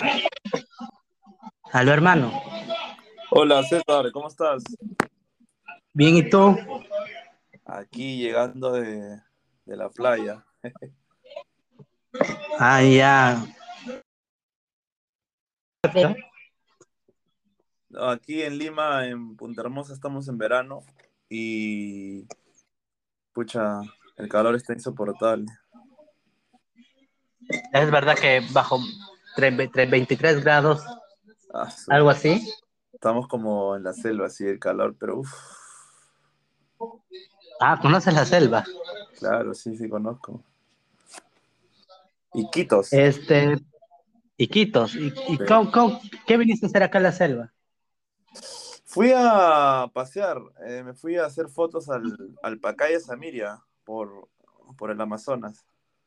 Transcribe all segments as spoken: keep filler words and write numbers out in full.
Aló, hermano. Hola César, ¿cómo estás? Bien, ¿y tú? Aquí llegando de, de la playa. Ah, ya. Aquí en Lima, en Punta Hermosa, estamos en verano y pucha, el calor está insoportable. Es verdad que bajo tre- tre- veintitrés grados, Ah, su- algo así. estamos como en la selva, así el calor, pero uff, Ah, ¿conoces la selva? claro, sí, sí conozco. Iquitos. Este, Iquitos. ¿Y, y Sí. cómo- cómo- qué viniste a hacer acá en la selva? Fui a pasear, eh, me fui a hacer fotos al, al Pacaya Samiria por, por el Amazonas.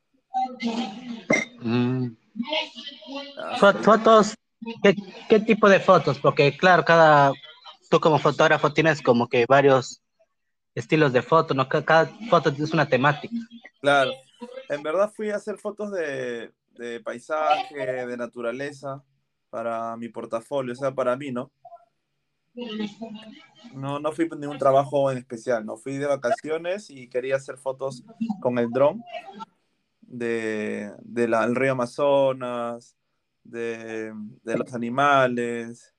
Mm. Ah, Fo- sí. Fotos, ¿qué, qué tipo de fotos? Porque claro, cada, tú como fotógrafo tienes como que varios estilos de foto, ¿no? Ca- Cada, foto es una temática. Claro, en verdad fui a hacer fotos de, de paisaje, de naturaleza, para mi portafolio, o sea, para mí, ¿no? No, no fui por ningún trabajo en especial, no fui de vacaciones y quería hacer fotos con el dron de, de la- del río Amazonas, de, de los animales,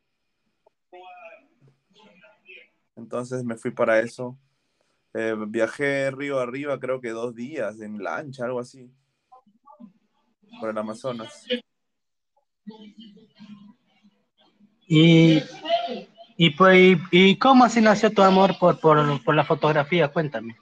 entonces me fui para eso. Eh, viajé río arriba, creo que dos días en lancha, algo así, por el Amazonas. Y, y, pues, y, y cómo así nació tu amor por, por, por la fotografía? Cuéntame.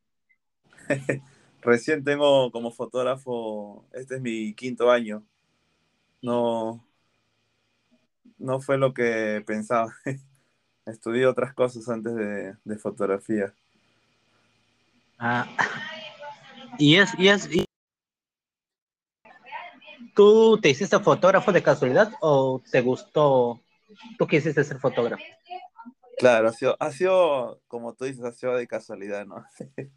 Recién tengo como fotógrafo, este es mi quinto año. No, no fue lo que pensaba. Estudié otras cosas antes de, de fotografía. Ah, y es, y es, y ¿tú te hiciste fotógrafo de casualidad o te gustó, tú quisiste ser fotógrafo? Claro, ha sido, ha sido, como tú dices, ha sido de casualidad, ¿no?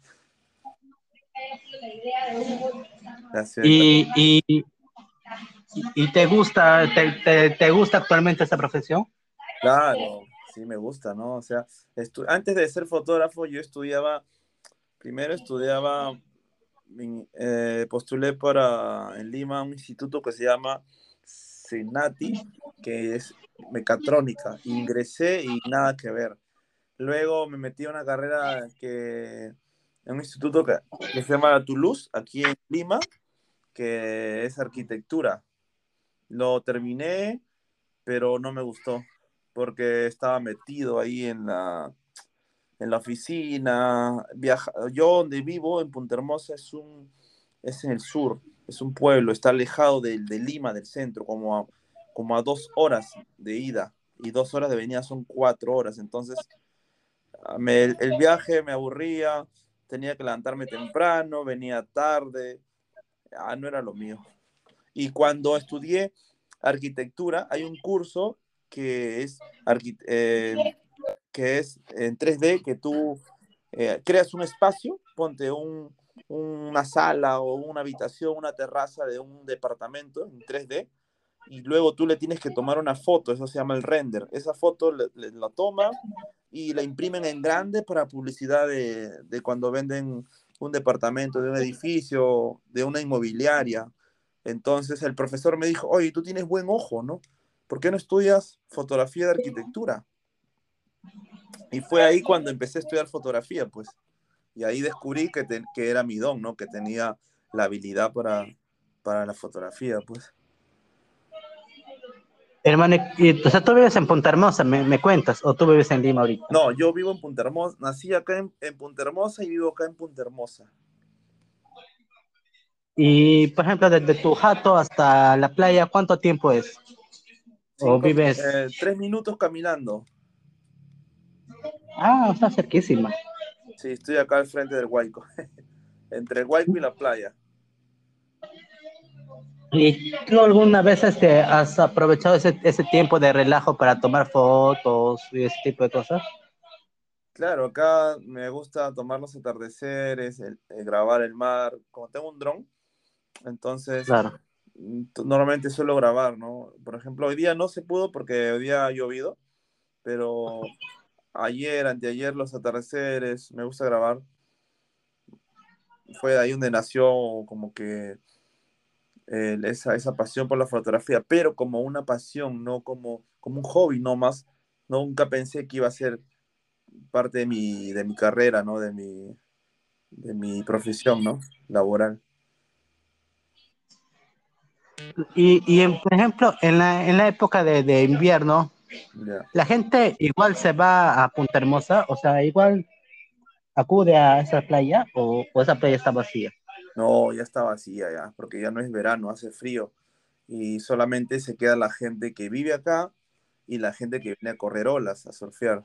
Ha sido de casualidad. ¿Y, y, y te gusta, te, te, te gusta actualmente esta profesión? Claro, sí me gusta, ¿no? O sea, estu- antes de ser fotógrafo yo estudiaba, primero estudiaba, en- eh, postulé para en Lima un instituto que se llama Senati, que es mecatrónica. Ingresé y nada que ver. Luego me metí a una carrera que, en un instituto que, que se llama Toulouse, aquí en Lima, que es arquitectura. Lo terminé, pero no me gustó, porque estaba metido ahí en la, en la oficina. Viaja, yo donde vivo, en Punta Hermosa, es, un, es en el sur, es un pueblo, está alejado de, de Lima, del centro, como a, como a dos horas de ida y dos horas de venida son cuatro horas. Entonces, me, el viaje me aburría, tenía que levantarme temprano, venía tarde, ah, no era lo mío. Y cuando estudié arquitectura, hay un curso que es, eh, que es en tres D, que tú eh, creas un espacio, ponte un, una sala o una habitación, una terraza de un departamento en tres D, y luego tú le tienes que tomar una foto, eso se llama el render. Esa foto le, le, la toma y la imprimen en grande para publicidad de, de cuando venden un departamento, de un edificio, de una inmobiliaria. Entonces el profesor me dijo, oye, tú tienes buen ojo, ¿no? ¿Por qué no estudias fotografía de arquitectura? Y fue ahí cuando empecé a estudiar fotografía, pues. Y ahí descubrí que, te, que era mi don, ¿no? Que tenía la habilidad para, para la fotografía, pues. Hermano, y, o sea, tú vives en Punta Hermosa, me, me cuentas, o tú vives en Lima ahorita. No, yo vivo en Punta Hermosa, nací acá en, en Punta Hermosa y vivo acá en Punta Hermosa. Y, por ejemplo, desde tu jato hasta la playa, ¿cuánto tiempo es? ¿O Cinco, vives? eh, tres minutos caminando. Ah, está cerquísima. Sí, estoy acá al frente del Huayco, entre el Huayco y la playa. ¿Y tú alguna vez este, has aprovechado ese, ese tiempo de relajo para tomar fotos y ese tipo de cosas? Claro, acá me gusta tomar los atardeceres, el, el grabar el mar. Como tengo un dron, entonces Claro. normalmente suelo grabar, ¿no? Por ejemplo, hoy día no se pudo porque hoy día ha llovido, pero ayer, anteayer, los atardeceres, me gusta grabar. Fue de ahí donde nació como que eh, esa, esa pasión por la fotografía, pero como una pasión, no como, como un hobby, no más. No, nunca pensé que iba a ser parte de mi, de mi carrera, ¿no? De mi, de mi profesión, ¿no? Laboral. Y, y en- por ejemplo, en la, en la época de, de invierno, Ya. la gente igual se va a Punta Hermosa, o sea, igual acude a esa playa o, o esa playa está vacía. No, ya está vacía ya, porque ya no es verano, hace frío. Y solamente se queda la gente que vive acá y la gente que viene a correr olas, a surfear.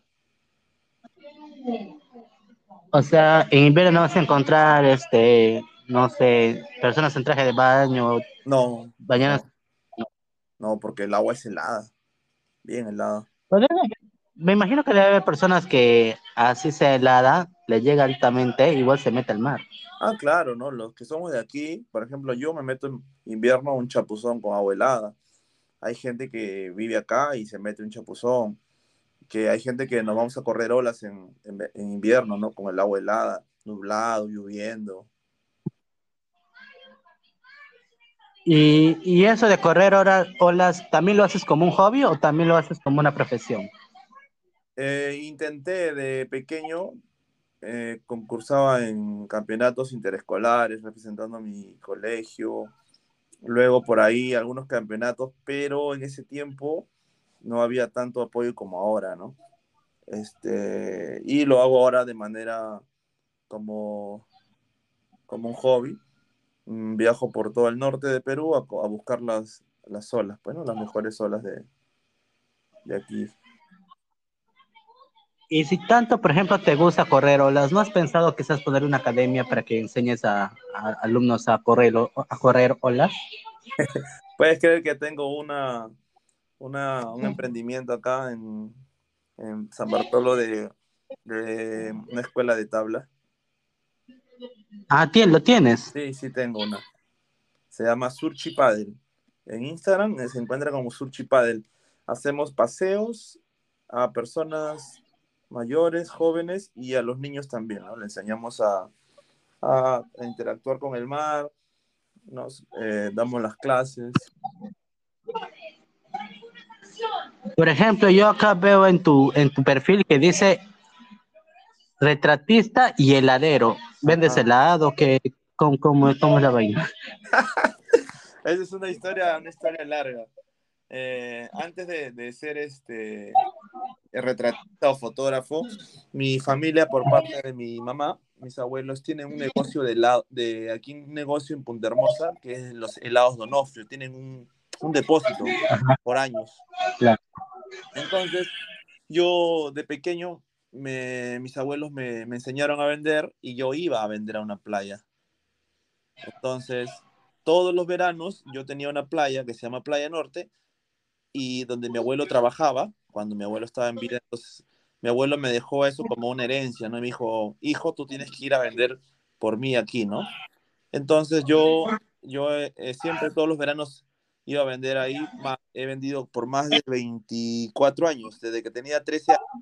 O sea, en invierno no vas a encontrar, este, no sé, personas en traje de baño, No, bañadas. no, no, porque el agua es helada, bien helada. Pero debe- Me imagino que debe haber personas que así sea helada, le llega altamente, igual se mete al mar. Ah, claro, ¿no? Los que somos de aquí, por ejemplo, yo me meto en invierno a un chapuzón con agua helada. Hay gente que vive acá y se mete un chapuzón, que hay gente que nos vamos a correr olas en, en, en invierno, ¿no? Con el agua helada, nublado, lloviendo. Y, y eso de correr hora- olas, ¿también lo haces como un hobby o también lo haces como una profesión? Eh, intenté de pequeño, eh, concursaba en campeonatos interescolares representando a mi colegio, luego por ahí algunos campeonatos, pero en ese tiempo no había tanto apoyo como ahora, ¿no? Este, y lo hago ahora de manera como, como un hobby. Mm, Viajo por todo el norte de Perú a, co- a buscar las, las olas, bueno, las mejores olas de, de aquí. Y si tanto, por ejemplo, te gusta correr olas, ¿no has pensado quizás poner una academia para que enseñes a, a alumnos a correr, o- a correr olas? ¿Puedes creer que tengo una, una, un emprendimiento acá en, en San Bartolo de, de una escuela de tabla? Ah, tien- lo tienes. Sí, sí tengo una. Se llama Surchi Padel. En Instagram eh, se encuentra como Surchi Padel. Hacemos paseos a personas mayores, jóvenes y a los niños también, ¿no? Le enseñamos a, a interactuar con el mar, nos eh, damos las clases. Por ejemplo, yo acá veo en tu, en tu perfil que dice retratista y heladero. ¿Vendes Ajá. helado? ¿Qué, cómo, cómo, cómo es la vaina? Esa es una historia, una historia larga. Eh, antes de, de ser este retratista o fotógrafo, mi familia por parte de mi mamá, mis abuelos tienen un negocio de, helado, de aquí un negocio en Punta Hermosa que es los helados Donofrio, tienen un, un depósito por años. Claro. Entonces, yo de pequeño, me, mis abuelos me, me enseñaron a vender y yo iba a vender a una playa. Entonces, todos los veranos yo tenía una playa que se llama Playa Norte y donde mi abuelo trabajaba, cuando mi abuelo estaba en vida, entonces mi abuelo me dejó eso como una herencia, ¿no? Y me dijo, hijo, tú tienes que ir a vender por mí aquí, ¿no? Entonces yo, yo eh, eh, siempre todos los veranos iba a vender ahí, ma- he vendido por más de veinticuatro años, desde que tenía trece años.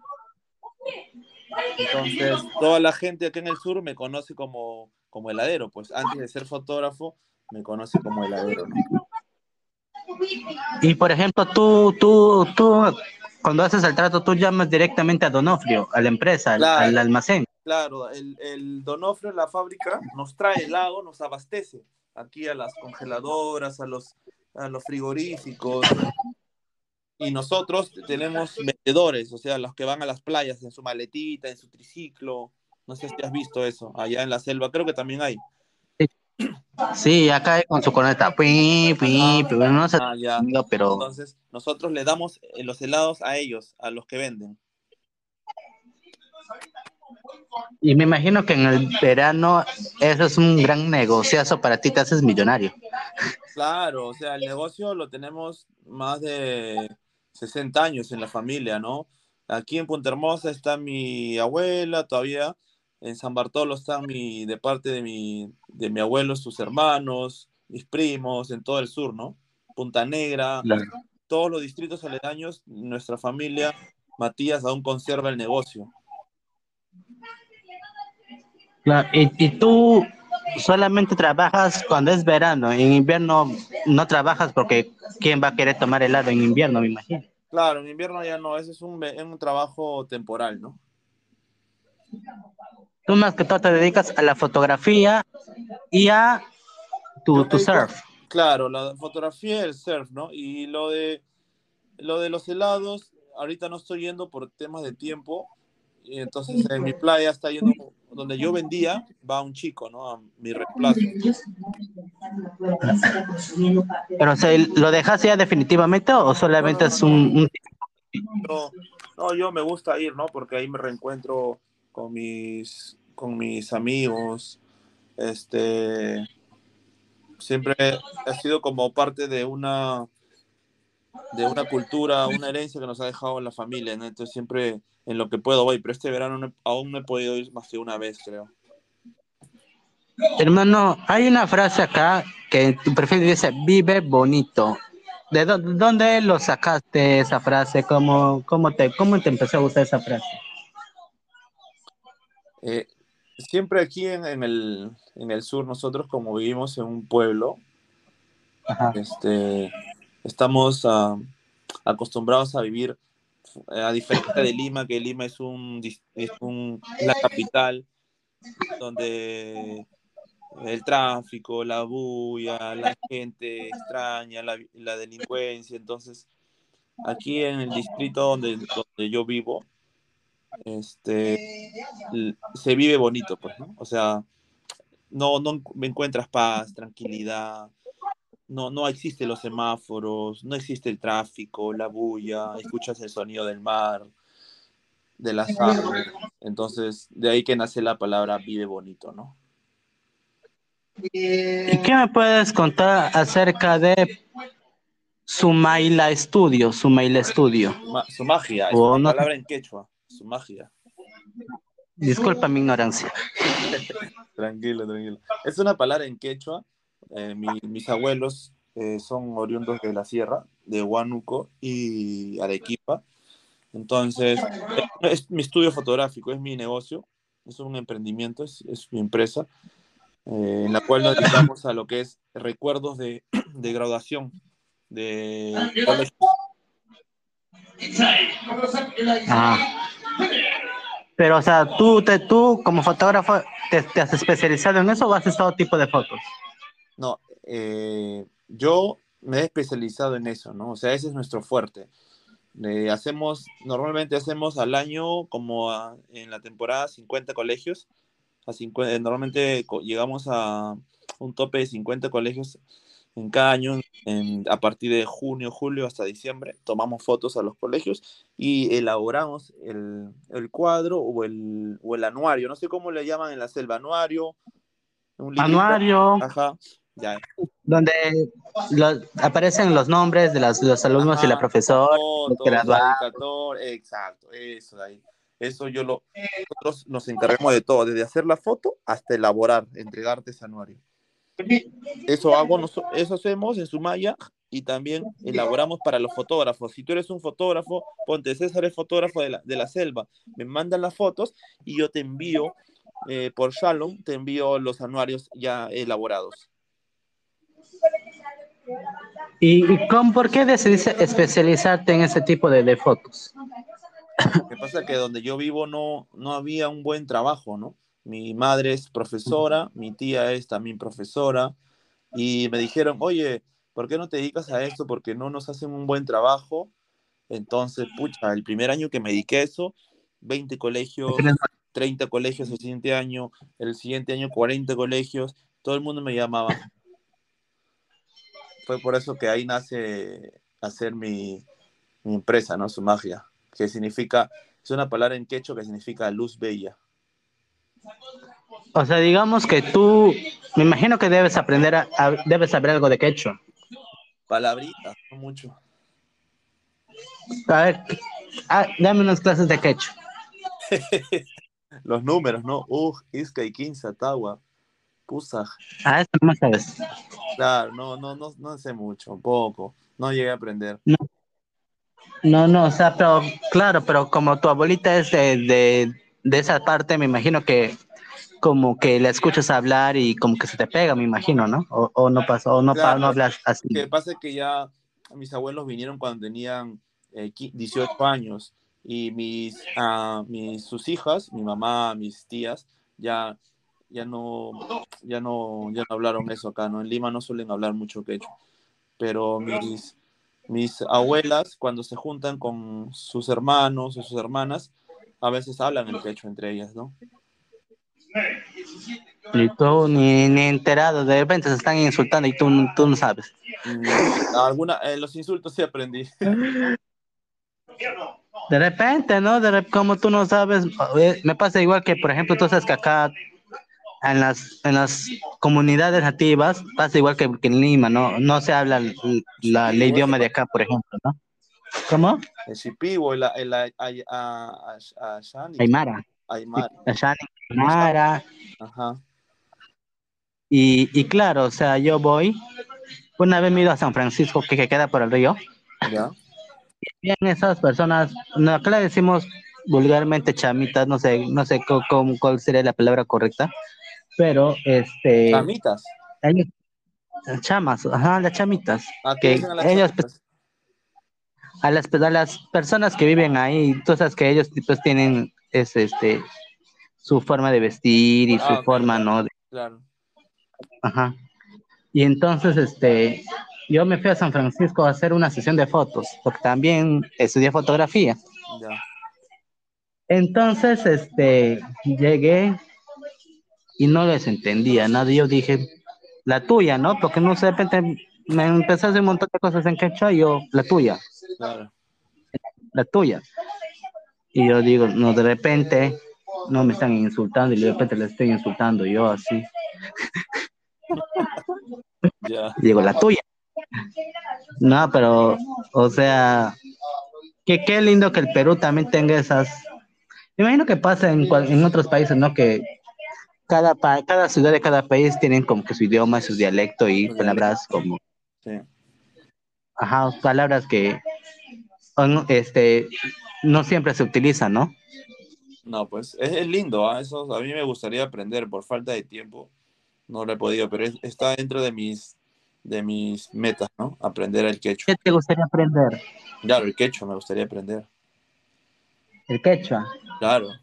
Entonces, toda la gente aquí en el sur me conoce como, como heladero, pues antes de ser fotógrafo, me conoce como heladero, ¿no? Y por ejemplo, tú, tú, tú, cuando haces el trato, tú llamas directamente a Donofrio, a la empresa, al, al Claro, almacén. claro, el, el Donofrio, la fábrica, nos trae helado, nos abastece aquí a las congeladoras, a los, a los frigoríficos, y nosotros tenemos vendedores, o sea, los que van a las playas en su maletita, en su triciclo. No sé si has visto eso, allá en la selva, creo que también hay. Sí, acá hay con su corneta. Pi, pi, Ajá. pi, bueno, no sé, Ah, ya. pero. Entonces, nosotros le damos eh, los helados a ellos, a los que venden. Y me imagino que en el verano eso es un gran negociazo para ti, te haces millonario. Claro, o sea, el negocio lo tenemos más de sesenta años en la familia, ¿no? Aquí en Punta Hermosa está mi abuela todavía, en San Bartolo está mi, de parte de mi, de mi abuelo, sus hermanos, mis primos, en todo el sur, ¿no? Punta Negra, Claro. todos los distritos aledaños, nuestra familia, Matías, aún conserva el negocio. Claro. Y, y tú solamente trabajas cuando es verano, en invierno no trabajas porque ¿quién va a querer tomar helado en invierno, me imagino? Claro, en invierno ya no, ese es un, es un trabajo temporal, ¿no? Tú más que todo te dedicas a la fotografía y a Yo tu, me tu dedico, surf. claro, la fotografía y el surf, ¿no? Y lo de, lo de los helados, ahorita no estoy yendo por temas de tiempo, y entonces en mi playa está yendo, donde yo vendía, va un chico, ¿no? A mi reemplazo. Pero, o sea, ¿lo dejas ya definitivamente o No, no, solamente no, es un, no. un- Yo, no, yo me gusta ir, ¿no? Porque ahí me reencuentro con mis, con mis amigos. Este, siempre ha sido como parte de una, de una cultura, una herencia que nos ha dejado la familia, ¿no? Entonces siempre en lo que puedo voy, pero este verano no he- aún no he podido ir más que una vez, creo. Hermano, hay una frase acá que en tu perfil dice, vive bonito. ¿De dó- dónde lo sacaste esa frase? ¿Cómo, cómo te, cómo te empezó a gustar esa frase? Eh, siempre aquí en, en el, en el sur, nosotros como vivimos en un pueblo, Ajá. este, estamos ah, acostumbrados a vivir, eh, a diferencia de Lima, que Lima es, un, dis- es, un, es la capital, donde el tráfico, la bulla, la gente extraña, la, la delincuencia. Entonces, aquí en el distrito donde, donde yo vivo, este, l- se vive bonito, pues, ¿no? O sea, no, no me encuentras paz, tranquilidad, no, no existen los semáforos, no existe el tráfico, la bulla, escuchas el sonido del mar, de las aves. Entonces, de ahí que nace la palabra vive bonito, ¿no? ¿Y qué me puedes contar acerca de Sumaila Studio? Sumaila Studio. Ma- su magia, es O una no sé, palabra en quechua, su magia. disculpa mi ignorancia. Tranquilo, tranquilo. Es una palabra en quechua. Eh, mi- mis abuelos eh, son oriundos de la sierra, de Huánuco y Arequipa. Entonces, es, es mi estudio fotográfico, es mi negocio, es un emprendimiento, es, es mi empresa, eh, en la cual nos dedicamos a lo que es recuerdos de, de graduación de colegios. Ah. Pero, o sea, tú, te, tú como fotógrafo, te, te has especializado en eso o haces todo tipo de fotos? No, eh, yo me he especializado en eso, ¿no? O sea, ese es nuestro fuerte. Eh, hacemos, normalmente hacemos al año, como a- en la temporada, cincuenta colegios. A cincuenta, normalmente co- llegamos a un tope de cincuenta colegios en cada año, en- a partir de junio, julio hasta diciembre. Tomamos fotos a los colegios y elaboramos el, el cuadro o el, o el anuario. No sé cómo le llaman en la selva, anuario, un librito. Anuario, Ajá, ya. donde lo- aparecen los nombres de las- los alumnos y la Ajá, con profesora, los fotos, la graduados. dedicatoria, exacto, eso de ahí. Eso yo lo, nosotros nos encargamos de todo, desde hacer la foto hasta elaborar, entregarte ese anuario. Eso hago, noso- eso hacemos en Sumaya y también elaboramos para los fotógrafos. Si tú eres un fotógrafo, ponte César es fotógrafo de la, de la selva, me mandan las fotos y yo te envío eh, por Shalom, te envío los anuarios ya elaborados. ¿Y, y con, por qué decidiste especializarte en ese tipo de, de fotos? Lo que pasa es que donde yo vivo no, no había un buen trabajo, ¿no? Mi madre es profesora, mi tía es también profesora, y me dijeron, oye, ¿por qué no te dedicas a esto? Porque no nos hacen un buen trabajo. Entonces, pucha, el primer año que me dediqué a eso, veinte colegios, treinta colegios el siguiente año, el siguiente año cuarenta colegios, todo el mundo me llamaba. Fue por eso que ahí nace hacer mi, mi empresa, ¿no? Su magia, que significa, es una palabra en quechua que significa luz bella. O sea, digamos que tú, me imagino que debes aprender a, a- debes saber algo de quechua. Palabritas, no mucho. A ver, ah, dame unas clases de quechua. Los números, ¿no? Uj, Isca y Quinza, Tawa. Pusa. Ah, eso no sabes. Claro, no, no, no, no sé mucho, poco. No llegué a aprender. No, no, no, o sea, pero claro, pero como tu abuelita es de, de, de esa parte, me imagino que como que la escuchas hablar y como que se te pega, me imagino, ¿no? O, o no pasa, o no, pa- no Claro, hablas que así. pasa es que ya mis abuelos vinieron cuando tenían eh, qui- dieciocho años y mis, ah, mis sus hijas, mi mamá, mis tías, ya, ya no, ya no, ya no hablaron eso acá, ¿no? En Lima no suelen hablar mucho quechua, pero mis, mis abuelas, cuando se juntan con sus hermanos o sus hermanas, a veces hablan el quechua entre ellas, ¿no? Y tú ni, ni enterado, de repente se están insultando y tú, tú no sabes. Mm, alguna, eh, los insultos sí aprendí. De repente, ¿no? De rep- como tú no sabes, eh, me pasa igual que, por ejemplo, tú sabes que acá en las, en las comunidades nativas pasa igual que, que en Lima, ¿no? No se habla el, la- el Shipibo, ese, idioma de acá, por ejemplo, ¿no? ¿Cómo? el Shipibo, el, el, el, el, a- a- Ashani, Aymara. Sí, Aymara. Ashani, Ashani. Aymara. Ajá, Y, y claro, o sea, yo voy, una vez me he ido a San Francisco, que, que queda por el río, ya. bien esas personas, no, acá le decimos vulgarmente chamitas, no sé, no sé co- cómo, cuál sería la palabra correcta, pero este, Chamitas. ellos, chamas, ajá, las chamitas, ¿A qué le que dicen a las ellos, pues, chamitas? a las, pues, a las personas que viven ahí, tú sabes que ellos pues tienen es, este, su forma de vestir y su Ah, ok, forma, ya. ¿no? De- Claro, ajá. Y entonces, este, yo me fui a San Francisco a hacer una sesión de fotos, porque también estudié fotografía. ya. Entonces, este, llegué y no les entendía nada. Yo dije, la tuya, ¿no? Porque no sé, de repente me empecé a hacer un montón de cosas en quechua y yo, la tuya, Claro. la tuya. Y yo digo, no, de repente no me están insultando y de repente le estoy insultando yo así. Ya. Y digo, la tuya. No, pero, o sea, que qué lindo que el Perú también tenga esas. Me imagino que pasa en, cual- en otros países, ¿no? Que cada, pa- cada ciudad de cada país tienen como que su idioma, su dialecto y Los dialectos, palabras como, sí. ajá, palabras que son, este, no siempre se utilizan, ¿no? No, pues es, es lindo, ¿ah? Eso a mí me gustaría aprender por falta de tiempo. No lo he podido, pero es- está dentro de mis, de mis metas, ¿no? Aprender el quechua. ¿Qué te gustaría aprender? Claro, el quechua me gustaría aprender. El quechua. Claro.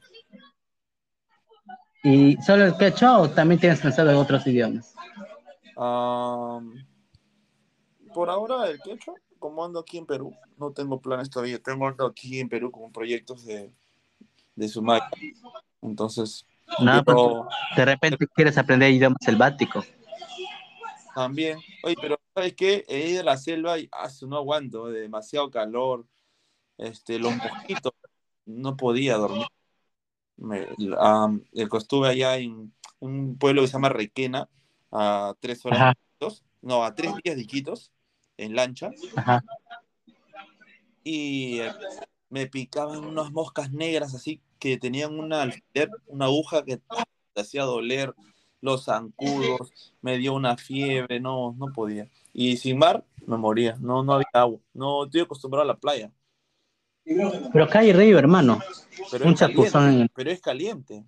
¿Y solo el quechua o también tienes pensado en otros idiomas? Am, por ahora el quechua, como ando aquí en Perú, no tengo planes todavía. Tengo ando aquí en Perú con proyectos de, de Sumaya. Entonces, No, pues, quiero de repente quieres aprender idioma selvático. también. Oye, pero ¿sabes qué? He ido a la selva y ah, no aguanto, demasiado calor. Este, los mosquitos, no podía dormir. Me, am, eh, estuve allá en un pueblo que se llama Requena, a tres horas de Ajá, Iquitos, no, a tres días de Iquitos, en lancha, ajá. y eh, me picaban unas moscas negras así que tenían una alfiler, una aguja que ah, te hacía doler, los zancudos, me dio una fiebre, no, no podía. Y sin mar, me moría, no, no había agua, no estoy acostumbrado a la playa, Pero acá hay río, hermano. pero es Un chapuzón caliente, en... pero es caliente.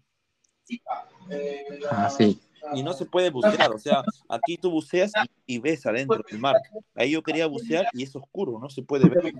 Ah, sí. Y no se puede bucear, o sea, aquí tú buceas y, y ves adentro del mar. Ahí yo quería bucear y es oscuro, no se puede ver.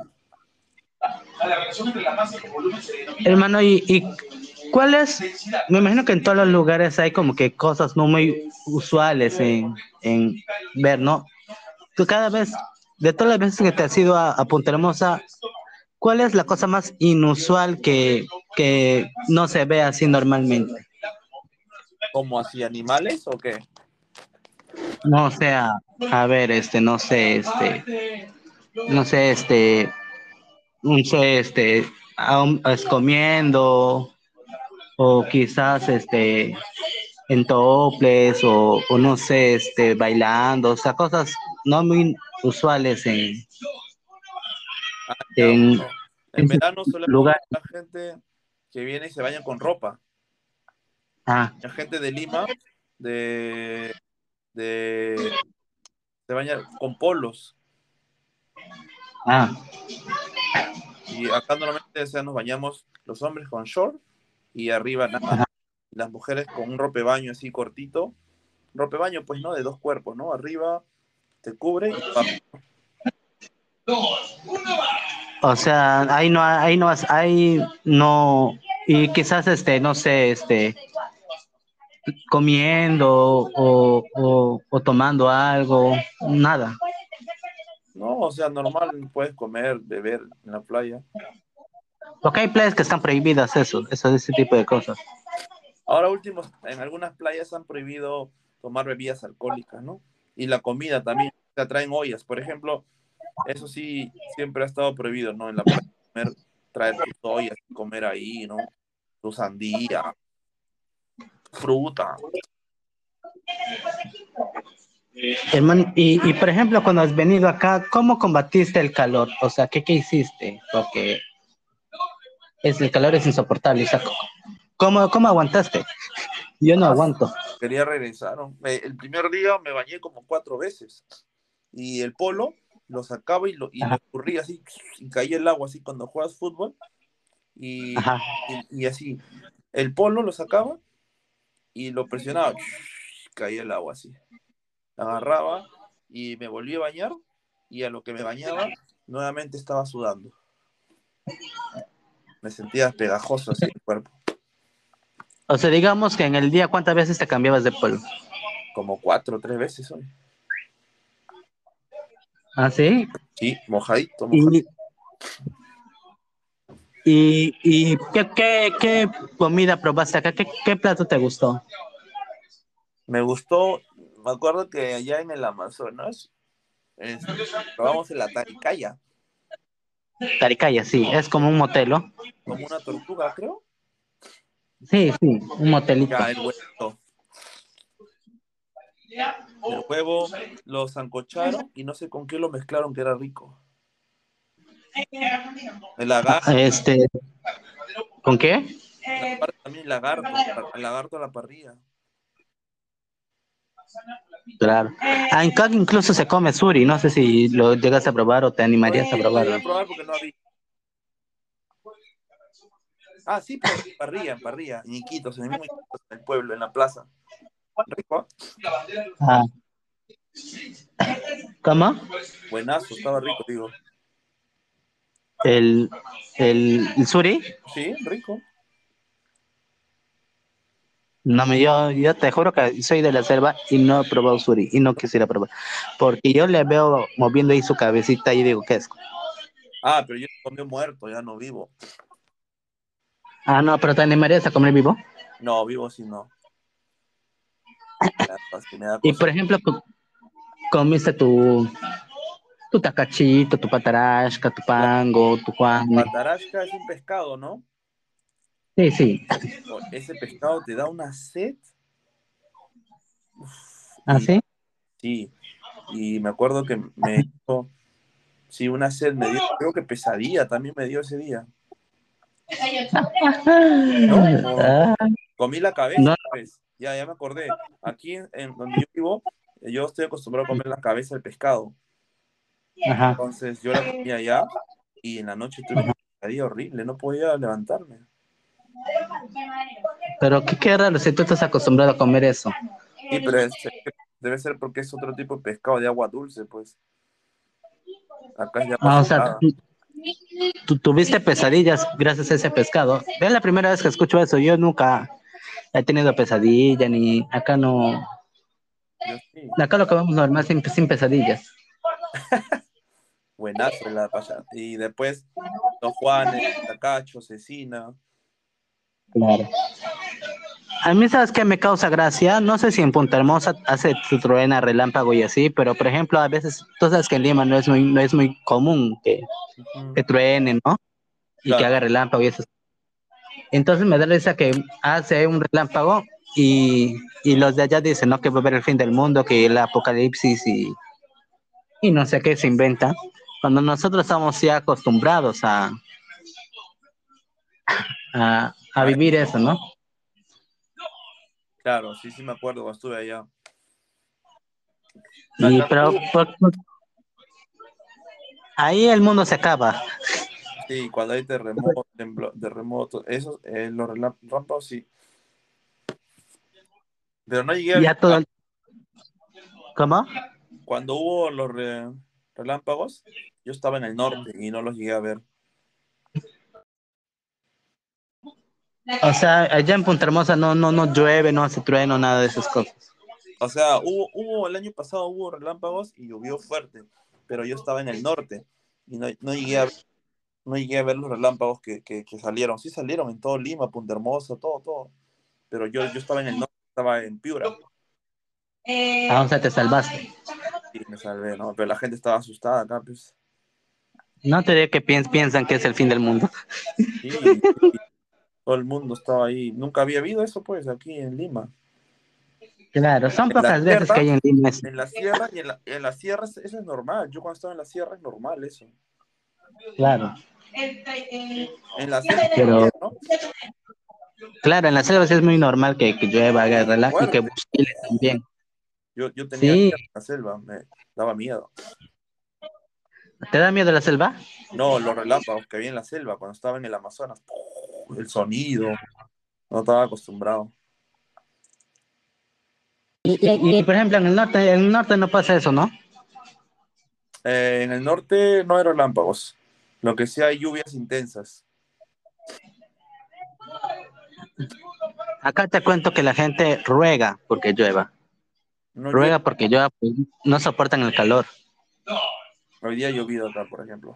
Hermano, ¿y, y cuál es? Me imagino que en todos los lugares hay como que cosas no muy usuales en, en ver, ¿no? Tú cada vez, de todas las veces que te has ido a, a Punta Hermosa, ¿cuál es la cosa más inusual que, que no se ve así normalmente? ¿Como así animales o qué? No, o sea, a ver, este, no sé, este, no sé, este, no sé, este, aún es comiendo, o quizás, este, en toples, o, o no sé, este, bailando, o sea, cosas no muy usuales en, Ah, ya, en bueno, en ese verano solemos lugar. ver a la gente que viene y se baña con ropa. Ah, La gente de Lima de, de, de bañar con polos. Ah, Y acá normalmente, o sea, nos bañamos los hombres con short y arriba nada. ajá. Las mujeres con un rope baño así cortito. Rope baño, pues, ¿no? De dos cuerpos, ¿no? Arriba te cubre y abajo. O sea, ahí no, ahí no, ahí no, y quizás este, no sé, este, comiendo o, o, o tomando algo, nada. No, o sea, normal, puedes comer, beber en la playa. Porque hay playas que están prohibidas eso, eso, ese tipo de cosas. Ahora último, en algunas playas han prohibido tomar bebidas alcohólicas, ¿no? Y la comida también, te traen ollas, por ejemplo, eso sí, siempre ha estado prohibido, ¿no? En la playa, comer, traer tus ollas y comer ahí, ¿no? Tu sandía, fruta. Hermano, y, y por ejemplo, cuando has venido acá, ¿cómo combatiste el calor? O sea, ¿qué, qué hiciste? Porque es, el calor es insoportable. O sea, ¿cómo, cómo aguantaste? Yo no Ah, aguanto. quería regresar, ¿no? Me- el primer día me bañé como cuatro veces y el polo lo sacaba y lo, y lo Ajá, escurría así y caía el agua así cuando juegas fútbol y, ajá. y, y así. El polo lo sacaba y lo presionaba, caía el agua así. Agarraba y me volví a bañar y a lo que me bañaba nuevamente estaba sudando. Me sentía pegajoso así el cuerpo. O sea, digamos que en el día, ¿cuántas veces te cambiabas de polo? Como cuatro o tres veces hoy. ¿Ah, sí? Sí, mojadito, mojadito. ¿Y, y, y qué, qué, qué comida probaste acá? ¿Qué, qué plato te gustó? Me gustó, me acuerdo que allá en el Amazonas este, probamos el ataricaya, Taricaya, sí, es como un motelo. como una tortuga, creo. Sí, sí, un motelito. Ya, el huevo. El huevo lo sancocharon y no sé con qué lo mezclaron que era rico. El Ah, lagarto, este, ¿con qué? la parte también lagarto, el lagarto a la parrilla. Claro. Ah, en Cali incluso se come suri, no sé si lo llegas a probar o te No he, animarías a no he probarlo. ido a probar porque no había. Ah, sí, probé en parrilla, en parrilla, en Iquitos, en el mismo Iquitos, en el pueblo, en la plaza. Rico, ¿ah? Ah, ¿cómo? Buenazo, estaba rico, digo. El, el, el suri. Sí, rico. No me, yo, yo te juro que soy de la selva y no he probado suri y no quisiera probar. Porque yo le veo moviendo ahí su cabecita y digo, ¿qué es? Ah, pero yo comí muerto, ya no vivo. Ah, no, pero te animarías a comer vivo. No, vivo sí no. Me da, cos- me da Y cosa. por ejemplo, co- comiste tu, tu tacachito, tu patarasca, tu La pango, tu juan. patarasca es un pescado, ¿no? Sí, sí. O- Ese pescado te da una sed. ¿Ah, Y sí? sí, y me acuerdo que me dio, sí, una sed me dio, creo que pesadilla también me dio ese día, ¿no? O- Ah, comí la cabeza, no, pues, ya, ya me acordé. Aquí en, en donde yo vivo, eh, yo estoy acostumbrado a comer la cabeza del pescado. ajá. Entonces yo la comía allá y en la noche tuve una pesadilla horrible, no podía levantarme. Pero qué, qué raro si tú estás acostumbrado a comer eso. Sí, pero es- debe ser porque es otro tipo de pescado de agua dulce, pues. Acá es de agua Ah, o sea, salada. tú, tú tuviste pesadillas gracias a ese pescado. Es la primera vez que escucho eso. Yo nunca he tenido pesadilla, ni acá no. Yo sí. Acá lo que vamos normal sin, sin pesadillas. Buenazo la paya. Y después los Juanes, Tacacho, Cecina. Claro. A mí, ¿sabes qué me causa gracia? No sé si en Punta Hermosa hace truena, relámpago y así, pero por ejemplo, a veces, tú sabes que en Lima no es muy, no es muy común que, Ujú. que truene, ¿no? Y que Claro. haga relámpago y eso. Entonces me da la risa que hace un relámpago y, y los de allá dicen, ¿no? Que va a haber el fin del mundo, que el apocalipsis y, y no sé qué se inventa. Cuando nosotros estamos ya acostumbrados a, a, a A vivir eso. eso, ¿no? Claro, sí, sí me acuerdo cuando estuve allá. Y Acá pero hubo, por- por- ahí el mundo se acaba. sí, cuando hay terremotos, terremotos, esos, eh, los relámpagos, sí. Pero no llegué a Ya todo visitar. el- ¿Cómo? Cuando hubo los re- relámpagos, yo estaba en el norte y no los llegué a ver. O sea, allá en Punta Hermosa no, no, no llueve, no hace trueno, nada de esas cosas. O sea, hubo, hubo el año pasado hubo relámpagos y llovió fuerte, pero yo estaba en el norte y no, no llegué a, no llegué a ver los relámpagos que, que, que salieron. Sí salieron en todo Lima, Punta Hermosa, todo, todo. Pero yo, yo estaba en el norte, estaba en Piura Ah, o sea, te salvaste. y me salvé, ¿no? Pero la gente estaba asustada acá, pues. No te digo que piens- piensan que es el fin del mundo. Sí, todo el mundo estaba ahí. Nunca había habido eso, pues, aquí en Lima. Claro, son En la pocas veces que sierra, hay en Lima eso. en la sierra y en la, en la sierra eso es normal. Yo cuando estaba en la sierra es normal eso. Claro. En la selva Pero, también, ¿no? claro, en las selvas es muy normal que, que llueva, haga Y relajo y que fuerte. oscile también. Yo, yo tenía miedo Sí, en la selva, me daba miedo. ¿te da miedo la selva? No, los relámpagos que había en la selva cuando estaba en el Amazonas, ¡puf! El sonido, no estaba acostumbrado. Y, y- y, por ejemplo, en el norte, en el norte no pasa eso, ¿no? Eh, en el norte no hay relámpagos, lo que sí hay lluvias intensas. Acá te cuento que la gente ruega porque llueva. No llueve, Ruega porque llueva, pues, no soportan el calor. hoy día ha llovido acá, por ejemplo.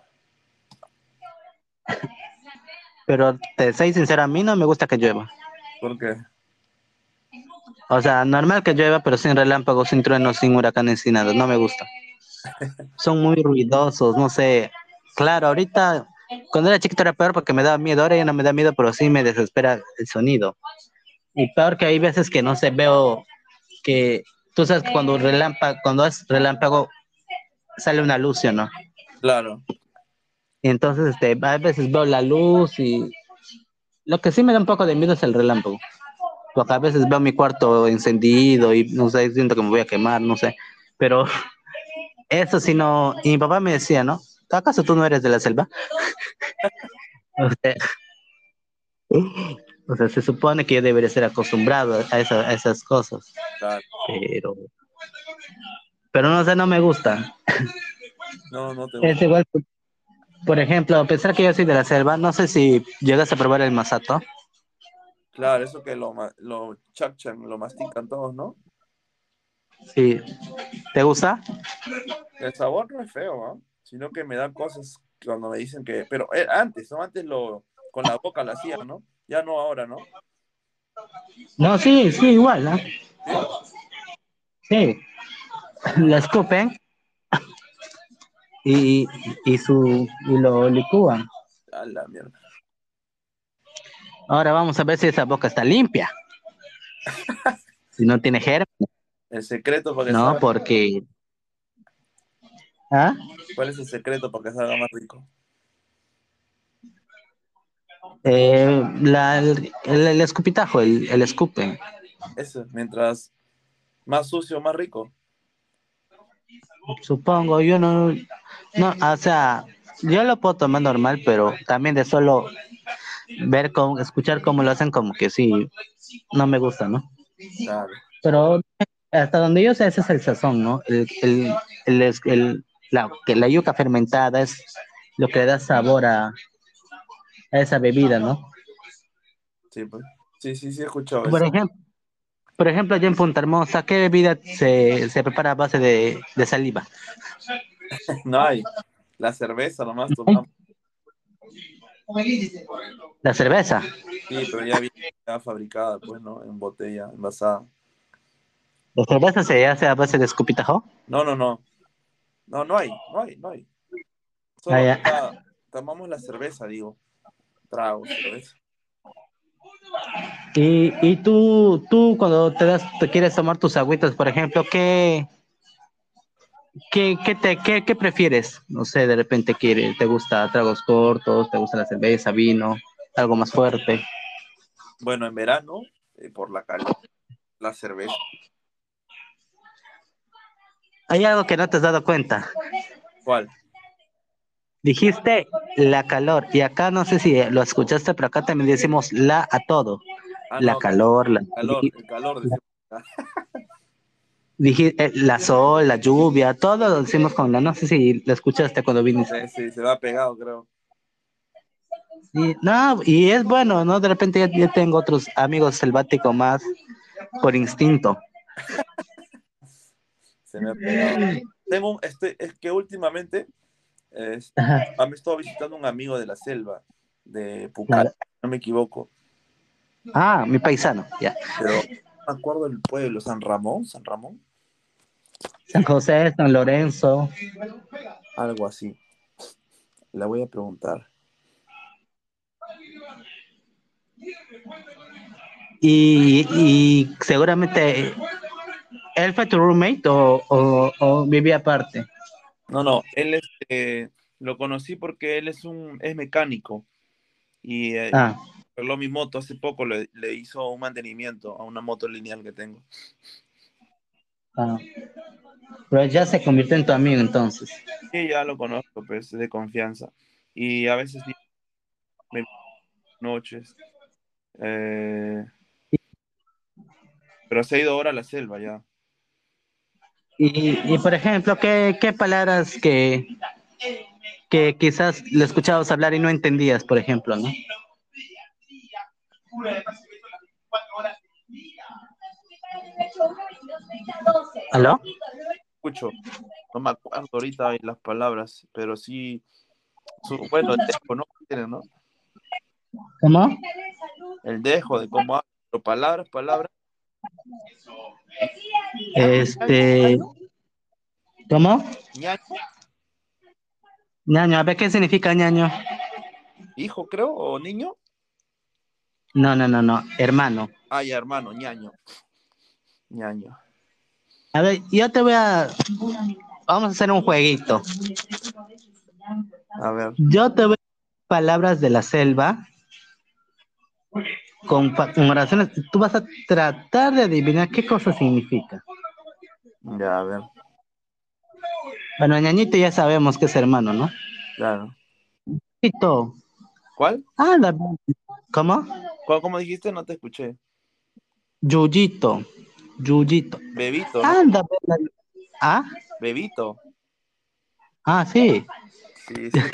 Pero te soy sincero, a mí no me gusta que llueva. Porque, O sea, normal que llueva, pero sin relámpagos, sin truenos, sin huracanes, sin nada. No me gusta. Son muy ruidosos, no sé. Claro, ahorita, cuando era chiquito era peor porque me daba miedo. Ahora ya no me da miedo, pero sí me desespera el sonido. Y peor que hay veces que no sé, veo que tú sabes que cuando relámpago, cuando es relámpago, sale una luz, ¿sí o no? claro, Y entonces, este, a veces veo la luz y lo que sí me da un poco de miedo es el relámpago. Porque a veces veo mi cuarto encendido y no sé, siento que me voy a quemar, no sé. Pero eso sí no. Y mi papá me decía, ¿no? ¿Acaso tú no eres de la selva? O sea, o sea, se supone que yo debería ser acostumbrado a, esa- a esas cosas. claro. Pero, pero no sé, no me gusta. No, no te Es gusta. igual, por ejemplo, a pesar que yo soy de la selva, no sé si llegas a probar el masato. Claro, eso que lo, ma- lo chachan, lo mastican todos, ¿no? Sí. ¿Te gusta? El sabor no es feo, ¿ah? Sino que me da cosas cuando me dicen que. Pero eh, antes, ¿no? Antes lo con la boca lo hacía, ¿no? Ya no ahora, ¿no? No, sí, sí, igual, ¿no? ¿Sí? Sí. La escupen y, y, su, y lo licúan. A la mierda. Ahora vamos a ver si esa boca está limpia, si no tiene germen, El secreto para que ¿no? salga. Porque, ¿ah? ¿Cuál es el secreto para que salga más rico? Eh, la, el, el escupitajo, el, el escupe. Eso, mientras más sucio, más rico. Supongo, yo no, no, o sea, yo lo puedo tomar normal, pero también de solo ver cómo, escuchar cómo lo hacen, como que sí, no me gusta, ¿no? Claro, Pero hasta donde yo sé, ese es el sazón, ¿no? El, el, el, es- el- la, que la yuca fermentada es lo que le da sabor a, a esa bebida, ¿no? sí, pues. Sí, sí, sí, he escuchado Por eso. ejemplo, por ejemplo, allá en Punta Hermosa, ¿qué bebida se, se prepara a base de, de saliva? No hay. La cerveza nomás tomamos. La cerveza. Sí, pero ya viene ya fabricada, pues, ¿no? En botella, envasada. La cerveza se hace a base de escupitajo. No, no, no. No, no hay, no hay, no hay. Ah, Solo ya. la- tomamos la cerveza, digo. Trago, cerveza. Y, y tú, tú cuando te das, te quieres tomar tus agüitas, por ejemplo, ¿qué, qué, qué te, qué, qué prefieres? No sé, de repente quieres, te gusta tragos cortos, te gusta la cerveza, vino, algo más fuerte. Bueno, en verano, eh, por la calor, La cerveza. Hay algo que no te has dado cuenta. ¿Cuál? Dijiste la calor, y acá no sé si lo escuchaste, pero acá también decimos la a todo. Ah, La no, calor, la, calor, el calor la, decimos acá. dije- eh, la sol, la lluvia, todo lo decimos con la. No sé si lo escuchaste cuando viniste. Sí, sí, se va pegado, creo. Y, no, y es bueno, ¿no? De repente ya, ya tengo otros amigos selváticos más por instinto. Se me ha pegado. Tengo un, este, es que últimamente es, Ajá, ah, me estado visitando un amigo de la selva, de Pucallpa, claro. no me equivoco, Ah, mi paisano, ya. pero no me acuerdo del pueblo, San Ramón, San Ramón, San José, San Lorenzo. algo así. Le voy a preguntar. Y, y seguramente, ¿él fue tu roommate o, o, o vivía aparte? No, no, él este, lo conocí porque él es un es mecánico y eh, Ah, arregló mi moto hace poco, le, le hizo un mantenimiento a una moto lineal que tengo. ah. Pero ya se convirtió en tu amigo entonces. Y ya lo conozco, pues, de confianza. Y a veces sí, me noches. eh, pero se ha ido ahora a la selva ya. Y, y por ejemplo, ¿qué, qué palabras que, que quizás le escuchabas hablar y no entendías, por ejemplo, ¿no? ¿Aló? Escucho, no me acuerdo ahorita las palabras, pero sí, su, bueno, el dejo, ¿no? Tiene, ¿no? ¿Cómo? El dejo de cómo hablo, pero palabras, palabras. Ñaño, ñaño, Este, ñaño, ¿cómo? ñaño, Ñaño, a ver qué significa ñaño. hijo, creo, o niño. No, no, no, no, hermano. Ah, ya, hermano, ñaño, ñaño. A ver, yo te voy a, vamos a hacer un jueguito. A ver, Yo te voy a dar palabras de la selva con, pa- con oraciones. Tú vas a tratar de adivinar qué cosa significa. ya, a ver, Bueno, ñañito ya sabemos que es hermano, ¿no? claro. Ñañito, ¿Cuál? anda, ¿cómo? ¿Cuál, cómo dijiste? No te escuché. Yuyito, Yuyito. Bebito, ¿no? Anda, ven. ¿Ah? Bebito. Ah, sí. Sí, sí.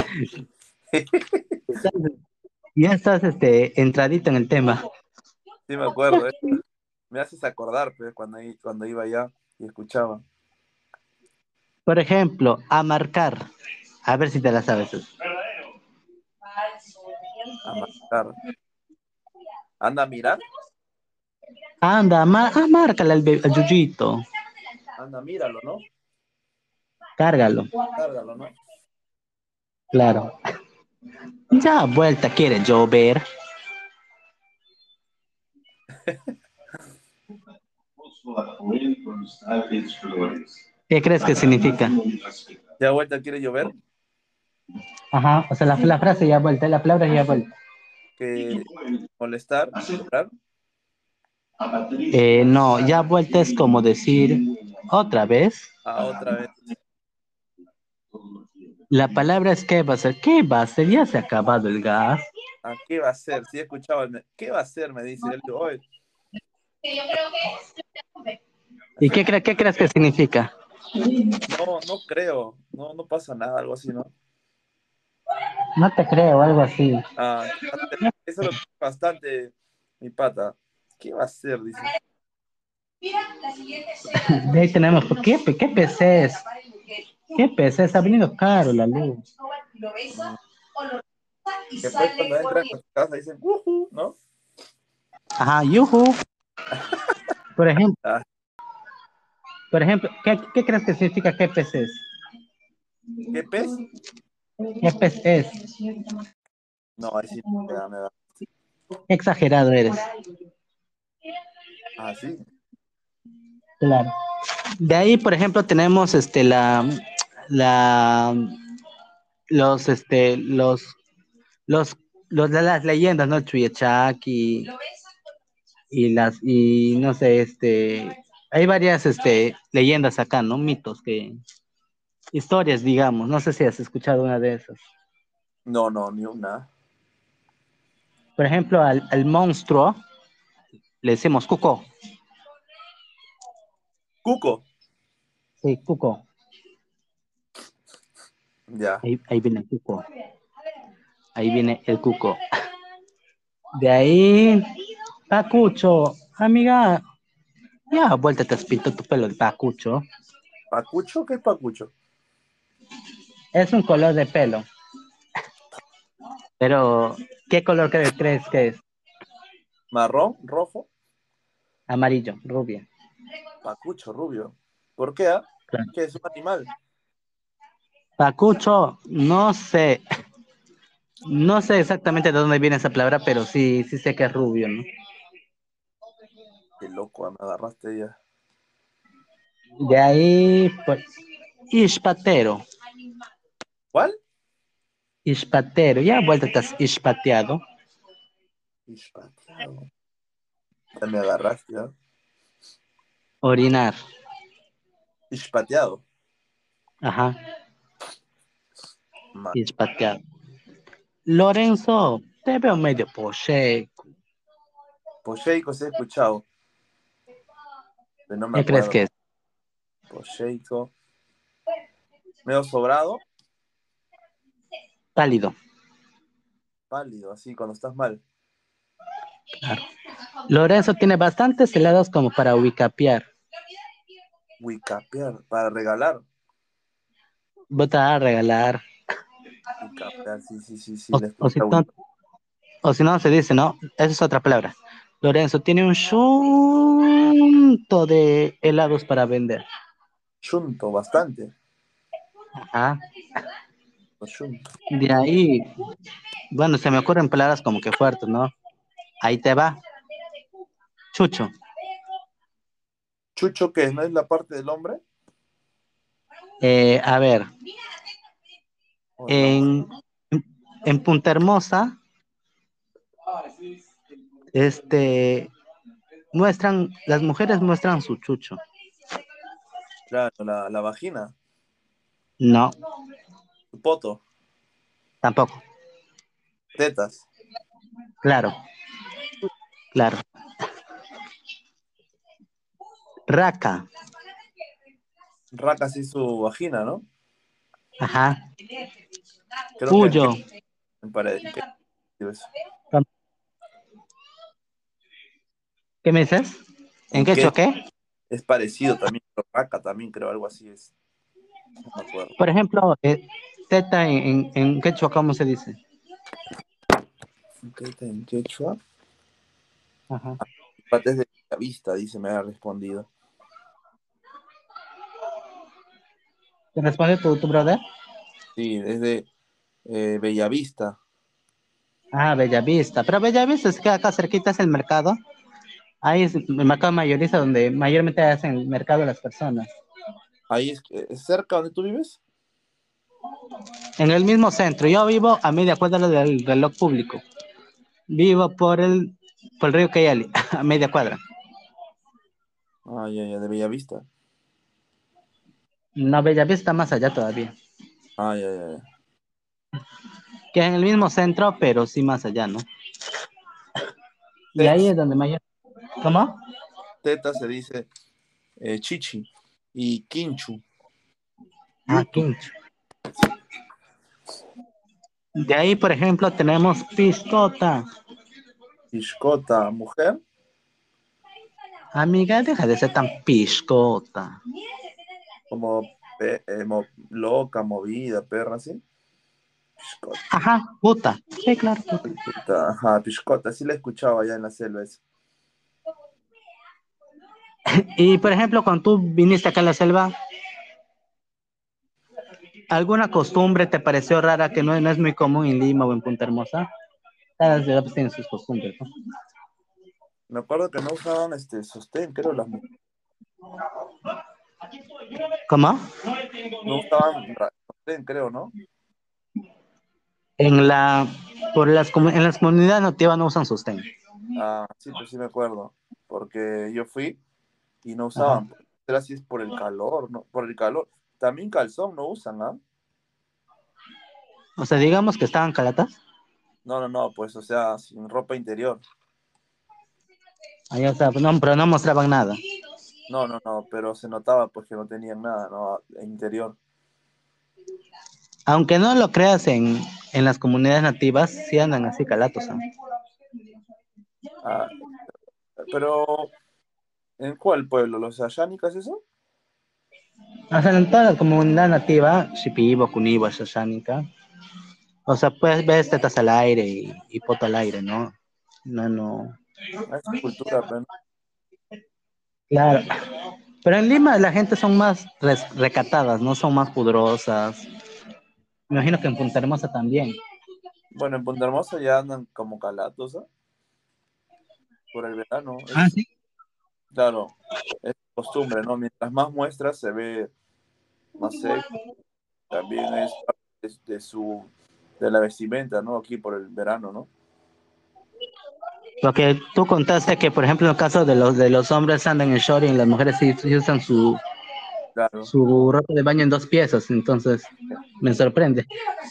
Ya estás este, entradito en el tema. Sí, me acuerdo. eh. Me haces acordar, pues, cuando, i- cuando iba allá y escuchaba. Por ejemplo, a marcar. A ver si te la sabes. A marcar. Anda a mirar. Anda, ma- ah, márcala al, be- al Yuyito. Anda, míralo, ¿no? Cárgalo. Cárgalo, ¿no? Claro. Ya vuelta quiere llover. ¿Qué crees que significa? ¿Ya vuelta quiere llover? Ajá, o sea, la, la frase ya vuelta, la palabra ya vuelta. Que molestar, llorar. Eh, no, ya vuelta es como decir otra vez. A otra vez. La palabra es qué va a ser. ¿Qué va a ser? Ya se ha acabado el gas. ¿A qué va a ser? Sí, he escuchado. el me- ¿Qué va a ser? Me dice. Yo le digo, "Oye, ¿Y así, qué, cre- qué crees que significa? no, no creo. No, no pasa nada, algo así, ¿no? No te creo, algo así. Ah, ¿qué va a ser? Eso lo bastante, mi pata. ¿Qué va a ser? Dice. De ahí tenemos, ¿qué, qué P C es? ¿Qué P C? Está viniendo caro la luz. Mm. Después cuando entran a tu casa dicen, "Ujú", ¿no? Ajá, yuhu. Por ejemplo, Ah, por ejemplo, ¿qué, qué crees que significa qué P C es? ¿qué pez? ¿Qué P C es? No, ahí sí me da, me da. Qué exagerado eres. Ah, sí. Claro. De ahí, por ejemplo, tenemos este la la los este los los los de las leyendas, ¿no? Chuyechaki, y las, y no sé, este, hay varias, este, leyendas acá, ¿no? Mitos que, historias, digamos, no sé si has escuchado una de esas. No, no, ni una. Por ejemplo, al, al monstruo le decimos cuco, Cuco. sí, cuco, Ya. ahí, ahí viene el cuco, ahí viene el cuco. De ahí, pacucho, amiga, ya, vuelta te has pintado tu pelo de pacucho, ¿Pacucho? ¿Qué es pacucho? es un color de pelo, pero ¿qué color cre- crees que es? ¿Marrón? ¿Rojo? Amarillo, rubia, Pacucho, rubio. ¿Por qué? Ah? claro. ¿Qué es un animal? Pacucho, no sé, no sé exactamente de dónde viene esa palabra, pero sí, sí sé que es rubio, ¿no? Qué loco, ah, me agarraste ya. De ahí, pues, ispatero, ¿Cuál? ispatero, ya vuelta te has ispateado, Ispateado. Ya me agarraste, ¿ya? orinar, Ispateado. ajá, Ma- ispateado. Lorenzo, te veo medio poche, Pocheico se ha escuchado, pero no me ¿qué crees acuerdo. que es? Pocheico. Medio sobrado, Pálido, pálido, así, cuando estás mal. claro. Lorenzo tiene bastantes helados como para ubicapiar. Wicapear, para regalar. Vota a regalar. Wicapear, sí, sí, sí, sí, O, le he o si escuchado. no, o si no se dice, ¿no? Esa es otra palabra. Lorenzo tiene un chunto de helados para vender. Chunto, bastante. Ajá. Chunto. De ahí, bueno, se me ocurren palabras como que fuertes, ¿no? Ahí te va. Chucho. ¿Chucho qué? ¿No es la parte del hombre? Eh, a ver, ¿O de la mujer? en, en Punta Hermosa, este, muestran, las mujeres muestran su chucho. Claro, la, la vagina, No, su poto, tampoco. tetas. Claro, claro. Raca. Raca sí su vagina, ¿no? Ajá. Creo que en qué, Puyo. en pare- en qué- eso. ¿Qué me dices? ¿En ¿En qué qué choqué? es parecido también? Pero raca también creo, algo así es. No me acuerdo. Por ejemplo, eh, teta en, en, en quechua, ¿cómo se dice? ¿En qué, en quechua? Ajá. Pates de la vista, dice, me ha respondido. ¿Te responde tu, tu brother? Sí, desde eh, Bellavista. Ah, Bellavista. Pero Bellavista es que acá cerquita es el mercado. Ahí es el mercado mayorista donde mayormente hacen el mercado las personas. Ahí es, es cerca donde tú vives. En el mismo centro. Yo vivo a media cuadra del reloj público. Vivo por el, por el río Cayali, a media cuadra. Ah, ya, ya, de Bellavista. No, Bellavista está más allá todavía. Ah, ya, ya, ya. Que es en el mismo centro, pero sí más allá, ¿no? Y ahí Tets, es donde mayor. ¿Cómo? teta se dice eh, chichi. Y quinchu, Ah, yutu, quincho. De ahí, por ejemplo, tenemos piscota. piscota, mujer. Amiga, deja de ser tan piscota. Como pe- eh, mo- loca, movida, perra, ¿sí? Piscota. Ajá, puta. Sí, claro, puta. Puta, ajá, piscota, sí la he escuchado allá en la selva. Esa. Y, por ejemplo, cuando tú viniste acá a la selva, ¿alguna costumbre te pareció rara que no, no es muy común en Lima o en Punta Hermosa? Cada ciudad pues, tiene sus costumbres, ¿no? Me acuerdo que no usaban este sostén, creo, las mujeres. ¿Cómo? No usaban ra- sostén, creo, ¿no? En la, por las, comu- en las comunidades nativas no usan sostén. Ah, sí, pues sí me acuerdo, porque yo fui y no Ajá. usaban, pues. Era así es por el calor, ¿no? Por el calor. También calzón no usan, ¿ah? O sea, digamos que estaban calatas. No, no, no, pues, o sea, sin ropa interior. Ahí, o sea, no, pero no mostraban nada. No, no, no, pero se notaba pues que no tenían nada, ¿no? En interior. Aunque no lo creas en, en las comunidades nativas, sí andan así calatos, ¿no? Ah, pero, ¿en cuál pueblo? ¿Los ayánicas eso? O sea, en toda la comunidad nativa, Shipibo, Kunibo, Shashanika, o sea, pues ves tetas al aire y, y poto al aire, ¿no? No, no. Ah, es cultura, pero Claro. Pero en Lima la gente son más res- recatadas, ¿no? Son más pudorosas. Me imagino que en Punta Hermosa también. bueno, en Punta Hermosa ya andan como calatos, ¿ah? Por el verano. Ah, Es, sí. claro, es costumbre, ¿no? Mientras más muestras se ve más sexy. También es parte de, de su, de la vestimenta, ¿no? Aquí por el verano, ¿no? Porque tú contaste que, por ejemplo, en el caso de los, de los hombres andan en short y las mujeres sí, sí usan su, Claro. su ropa de baño en dos piezas, entonces me sorprende.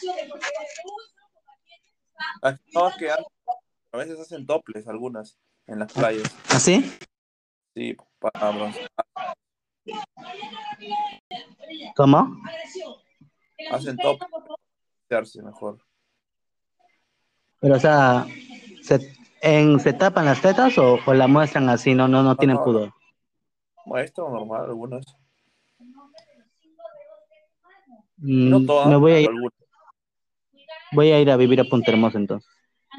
Ah, no, es que a a veces hacen toples algunas en las playas. ¿Así? Sí, para broncear. ¿Cómo? Hacen toples para broncearse mejor. Pero, o sea, ¿se, en, ¿se tapan las tetas o, o la muestran así? No, no, no No, tienen no, lo pudor. muestro normal, algunas. No Mm, me todas, voy a ir, pero algunas. voy a ir a vivir a Punta Hermosa entonces.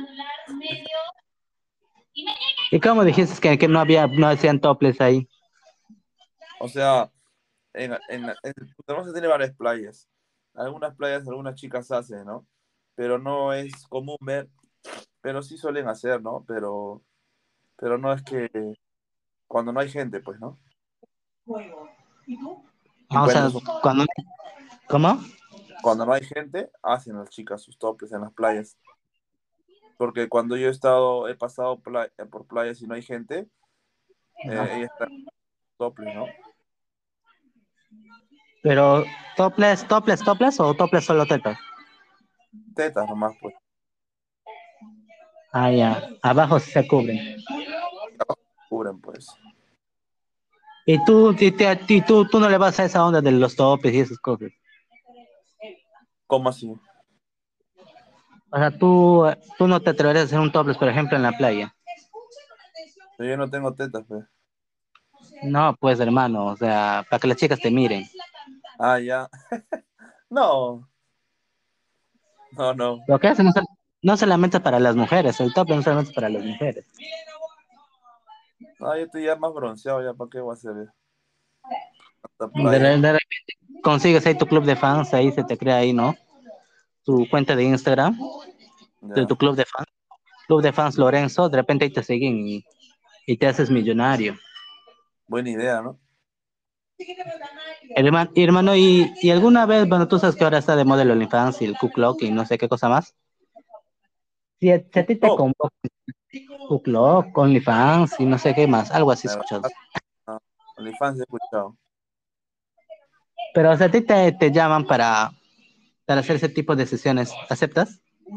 ¿Y cómo dijiste que, que no había, no hacían toples ahí? O sea, en, en, en Putumayo tiene varias playas. Algunas playas, algunas chicas hacen, ¿no? Pero no es común ver, pero sí suelen hacer, ¿no? Pero, pero no es que cuando no hay gente, pues, ¿no? Ah, o sea, Encuentras un- cuando, ¿cómo? cuando no hay gente, hacen las chicas sus toples en las playas. Porque cuando yo he estado, he pasado pla- por playas y no hay gente, eh, ellas están toples, ¿no? Pero, ¿toples, toples, toples o toples solo tetas? Tetas nomás, pues. Ah, ya, abajo sí se cubren. Y abajo cubren, pues. Y tú, y te- y tú, tú no le vas a esa onda de los topes y esas cosas. ¿Cómo así? O sea, tú, tú no te atreverías a hacer un topless, por ejemplo, en la playa. Yo no tengo tetas, pues. No, pues, hermano, o sea, para que las chicas te miren. Ah, ya. No, no, no. Lo que hacen no, sol- no solamente para las mujeres, el topless no solamente es para las mujeres. No, yo estoy ya más bronceado, ya para qué voy a hacer esta De, playa. re- de repente consigues ahí tu club de fans, ahí se te crea ahí, ¿no? Tu cuenta de Instagram, de tu Ya, club de fans, club de fans Lorenzo, de repente ahí te siguen y, y te haces millonario. buena idea, ¿no? Hermano, hermano, y, y alguna vez, bueno, tú sabes que ahora está de moda el OnlyFans y el Ku-Klux y no sé qué cosa más. Si a, si a ti te TikTok, convoca Ku-Klux, OnlyFans y no sé qué más, algo así la escuchado. verdad. No, OnlyFans he escuchado. Pero o sea, a ti te, te llaman para, para hacer ese tipo de sesiones, ¿aceptas?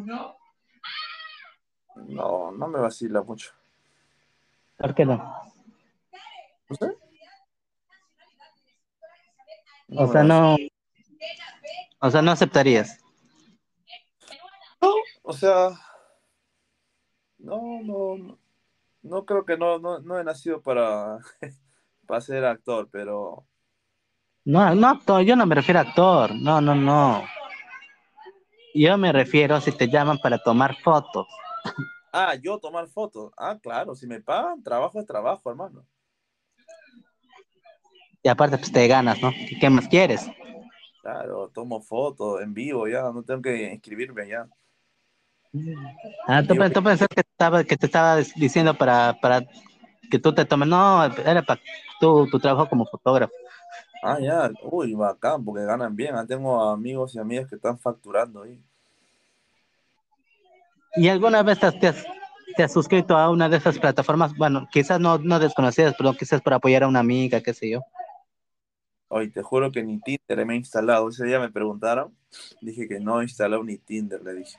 No, no me vacila mucho. ¿Por qué no? ¿No sé? O No me sea, vacila. no, o sea, no aceptarías. No, o sea, no, no, no, no creo que no, no, no he nacido para, para ser actor, pero. No, no actor, yo no me refiero a actor, no, no, no. Yo me refiero si te llaman para tomar fotos. Ah, yo tomar fotos. Ah, claro, si me pagan, trabajo es trabajo, hermano. Y aparte, pues te ganas, ¿no? ¿Qué, qué más quieres? Claro, tomo fotos en vivo ya, no tengo que inscribirme ya. Ah, En tú, vivo. pe- tú pensás que, estaba, que te estaba diciendo para, para que tú te tomes. No, era para tu, tu trabajo como fotógrafo. Ah, ya, uy, bacán, porque ganan bien. Ah, tengo amigos y amigas que están facturando ahí. ¿Y alguna vez te has, te has- te has suscrito a una de esas plataformas, bueno, quizás no, no desconocidas, pero quizás para apoyar a una amiga, qué sé yo. Hoy te juro que ni Tinder me he instalado. Ese día me preguntaron, dije que no he instalado ni Tinder, le dije.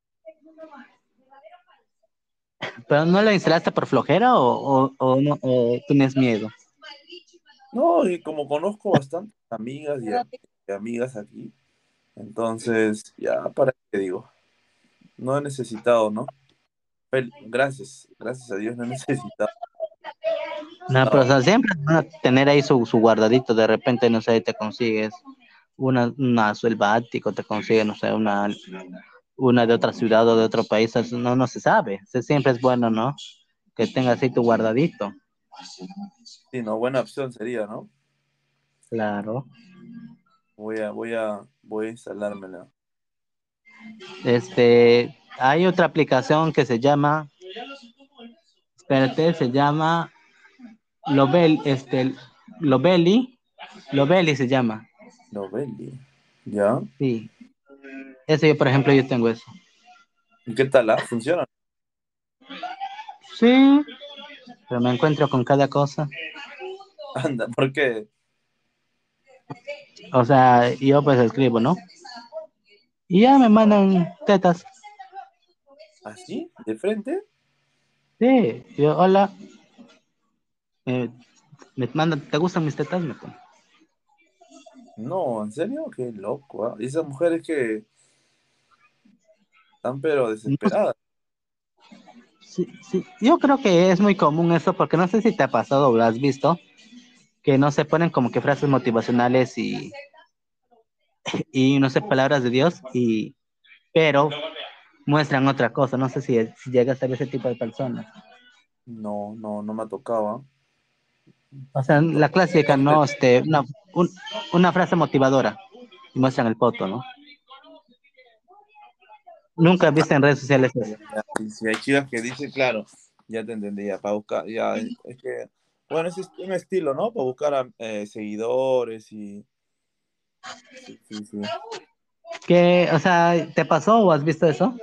¿Pero no la instalaste por flojera o, o, o no, o tienes miedo? No, y como conozco bastantes amigas y, a- y amigas aquí, entonces ya para qué digo, no he necesitado, ¿no? Fel- Gracias, gracias a Dios no he necesitado. No, pero o No, sea, siempre van a tener ahí su, su guardadito, de repente, no sé, te consigues una, una selvático, te consigues, no sé, una, una de otra ciudad o de otro país, eso no, no se sabe. Sí, siempre es bueno, ¿no? Que tengas ahí tu guardadito. sí, no, buena opción sería, ¿no? Claro. Voy a, voy a, voy a instalármela. Este, hay otra aplicación que se llama, espérate, se llama Lobel, este, Lobeli, Lobeli se llama. Novelli, ¿ya? Sí. Ese yo, por ejemplo, yo tengo eso. ¿Y qué tal, ah? ¿Funciona? Sí, pero me encuentro con cada cosa. Anda, ¿por qué? O sea, yo pues escribo, ¿no? Y ya me mandan tetas. ¿Así? ¿De frente? Sí, yo, hola, eh, me mandan, ¿te gustan mis tetas? Me ponen. No, ¿en serio? Qué loco, ¿ah? Y esas mujeres que están pero No, desesperadas. sí, sí, yo creo que es muy común eso, porque no sé si te ha pasado o lo has visto, que no se ponen como que frases motivacionales y, y no sé, palabras de Dios, y, pero muestran otra cosa. No sé si, si llegas a ver ese tipo de personas. No, no, no me tocaba. O sea, la clásica, Entonces, ¿no? Este, una, un- una frase motivadora y muestran el foto, ¿no? Nunca viste en redes sociales eso. ya, ya. Y si hay chicas que dicen, claro, ya te entendía, para buscar, ya, es que, bueno, ese es un estilo, ¿no? Para buscar a, eh, seguidores y, sí, sí, sí. ¿Qué, o sea, te pasó o has visto eso?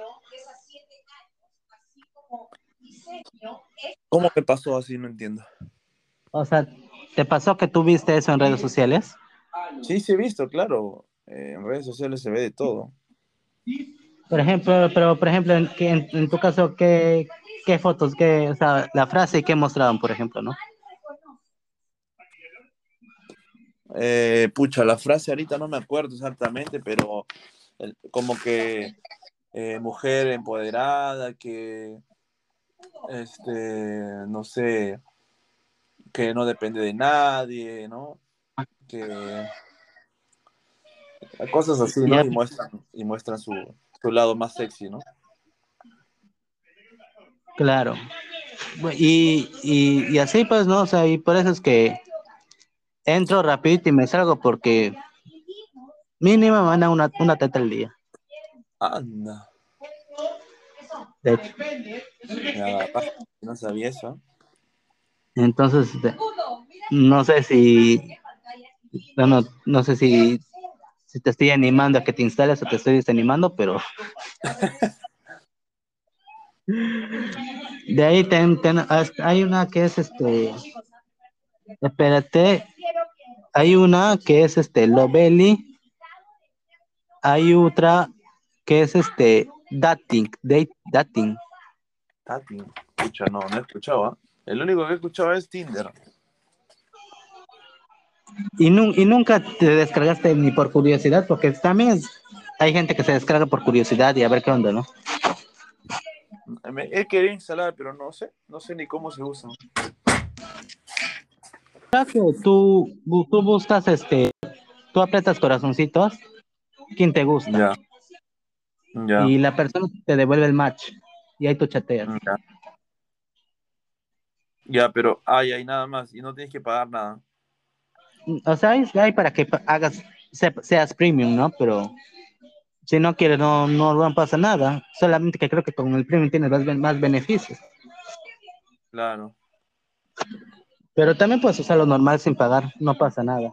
¿Cómo que pasó así? No entiendo. O sea, ¿te pasó que tú viste eso en redes sociales? Sí, sí he visto, claro, eh, en redes sociales se ve de todo. Por ejemplo, pero por ejemplo, en, que- en, en tu caso, ¿qué, qué fotos, qué, o sea, la frase y qué mostraban, por ejemplo, ¿no? Eh, pucha, la frase ahorita no me acuerdo exactamente, pero el- como que eh, mujer empoderada, que, este, no sé, que no depende de nadie, ¿no? Que cosas así, ¿no? Ya, Y muestran, y muestran su, su lado más sexy, ¿no? claro. Y, y, y así pues, ¿no? O sea, y por eso es que entro rapidito y me salgo porque mínimo me mandan una, una teta al día. Anda, De hecho. me agarraste, no sabía eso. Entonces, de- no sé si, no, no, no sé si, si te estoy animando a que te instales o te estoy desanimando, pero de ahí ten- ten- hasta- hay una que es este, espérate, hay una que es este Lovely, hay otra que es este Dating, date, Dating. Tati, escucha, no, no he escuchado, ¿ah? El único que he escuchado es Tinder. Y, nu- y nunca te descargaste ni por curiosidad, porque también es- hay gente que se descarga por curiosidad y a ver qué onda, ¿no? Me he querido instalar, pero no sé, no sé ni cómo se usa. Claro que tú, bu- tú buscas, este, tú aprietas corazoncitos, quién te gusta, Ya, ya, y la persona te devuelve el match, y ahí tú chateas. ya. Ya, pero hay, hay nada más y no tienes que pagar nada. O sea, es- hay para que pa- hagas, se- seas premium, ¿no? Pero si no quieres, no, no, no pasa nada. Solamente que creo que con el premium tienes más, ben- más beneficios. Claro. Pero también puedes usarlo normal sin pagar, no pasa nada.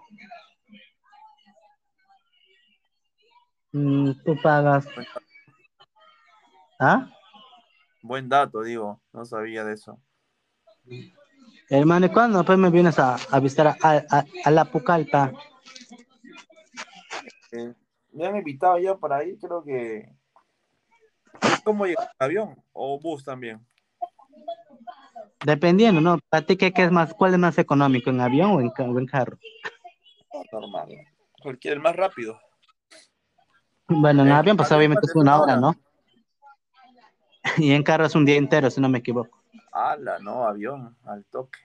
Mm, tú pagas, ¿ah? Buen dato, digo, no sabía de eso. Hermano, ¿y cuándo pues me vienes a, a visitar a, a, a la Pucallpa? Eh, me han invitado ya para ir, creo que... ¿Cómo llega? ¿Avión o bus también? Dependiendo, ¿no? ¿Para ti qué, qué es más, cuál es más económico, en avión o en, ca- o en carro? No, normal. Cualquier, el más rápido. Bueno, en En avión pues avión obviamente más es es una una hora, hora. ¿no? Y en carro es un día entero, si no me equivoco. Ala, no, avión, al toque.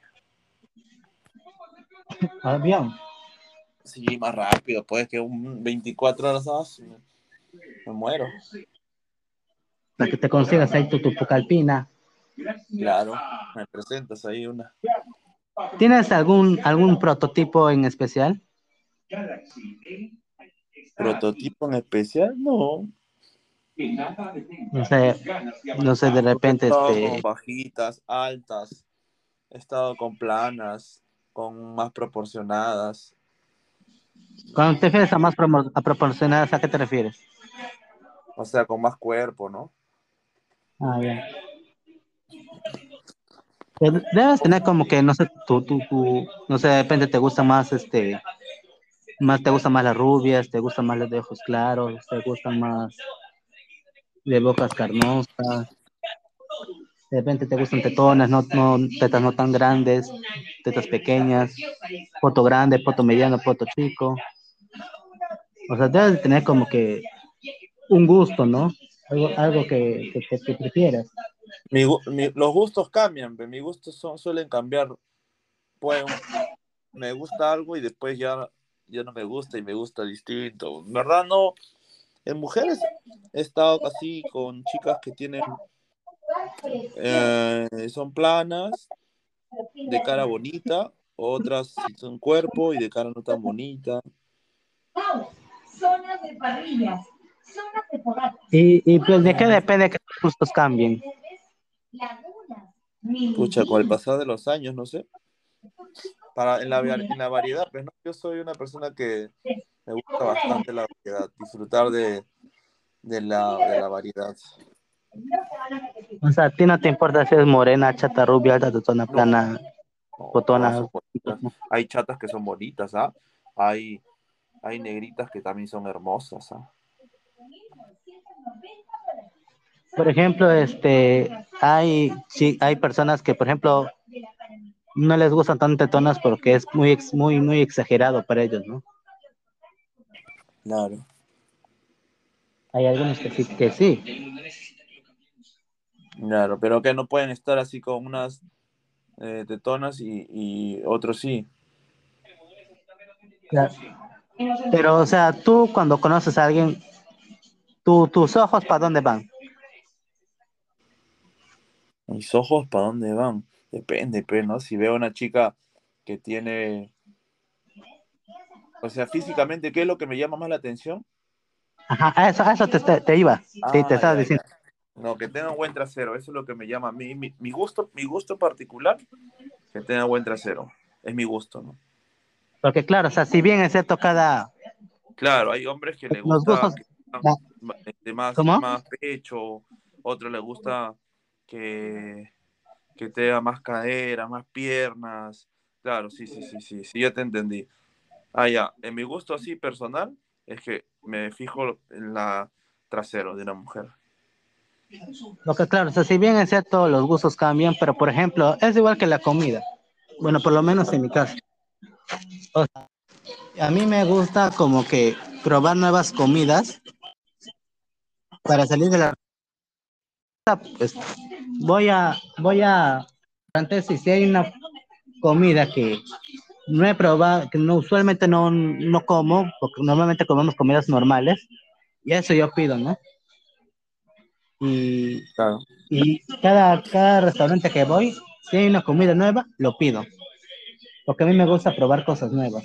Avión. Sí, más rápido, pues que un veinticuatro horas más, me, me muero. Para que te consigas ahí tu, tu Pucallpina. Claro, me presentas ahí una. ¿Tienes algún, algún prototipo en especial? ¿Prototipo en especial? No. No sé, no sé, de He repente, estado con este, bajitas, altas, he estado con planas, con más proporcionadas, cuando te refieres a más promo- a proporcionadas, ¿a qué te refieres? o sea, con más cuerpo, ¿no? Ah, ya. Pues debes tener como que, no sé, tú, tú, tú, no sé, de repente te gusta más, este, más te gustan más las rubias, te gustan más las de ojos claros, te gustan más de bocas carnosas, de repente te gustan tetonas, no, no, tetas no tan grandes, tetas pequeñas, foto grande, foto mediano, foto chico. O sea, debes de tener como que un gusto, ¿no? Algo, algo que, que, que- que prefieras. Mi gu- mi- los gustos cambian, pe, mis gustos son, suelen cambiar. Pues me gusta algo y después ya, ya no me gusta y me gusta distinto. En verdad no, en mujeres he estado así con chicas que tienen, eh, son planas, de cara bonita, otras si son cuerpo y de cara no tan bonita. Y, y pues de qué depende que tus gustos cambien. Pucha, con el pasar de los años, no sé. Para, en la, var- en la variedad, pues, ¿no? Yo soy una persona que me gusta bastante la variedad, disfrutar de, de la, de la variedad. O sea, a ti no te importa si es morena, chata, rubia, alta, tetona, No, plana, no, todas botona. son bonitas. Hay chatas que son bonitas, ¿ah? Hay, hay negritas que también son hermosas, ¿ah? Por ejemplo, este, hay, sí, hay personas que, por ejemplo, no les gustan tanto tetonas porque es muy, ex- muy, muy exagerado para ellos, ¿no? Claro. Hay algunos que sí, que sí. Claro, pero que no pueden estar así con unas eh, tetonas y, y otros sí. Claro. Pero, o sea, tú cuando conoces a alguien, tú, tus ojos, ¿para dónde van? Mis ojos, ¿para dónde van? Depende, pero, ¿no? Si veo una chica que tiene, o sea, físicamente, ¿qué es lo que me llama más la atención? Ajá, a eso, a eso te, te, te iba, te, te Ah, estaba ya, diciendo. ya. No, que tenga un buen trasero, eso es lo que me llama a mí. Mi, mi gusto, mi gusto particular, que tenga buen trasero. Es mi gusto, ¿no? Porque claro, o sea, si bien es cierto cada, Claro, hay hombres que les los gusta gustos, que tengan la- este, más, ¿cómo? más pecho, otros les gusta que, que tenga más cadera, más piernas. Claro, sí, sí, sí, sí, sí, ya te entendí. Ah, ya, en mi gusto así personal es que me fijo en la trasero de una mujer. Lo que claro, o sea, si bien es cierto, los gustos cambian, pero por ejemplo, es igual que la comida. Bueno, por lo menos en mi caso. O sea, a mí me gusta como que probar nuevas comidas para salir de la... Pues, voy a, voy a, antes si hay una comida que no he probado, que no, usualmente no, no como, porque normalmente comemos comidas normales, y eso yo pido, ¿no? Y, Claro. y cada, cada restaurante que voy, si hay una comida nueva, lo pido, porque a mí me gusta probar cosas nuevas.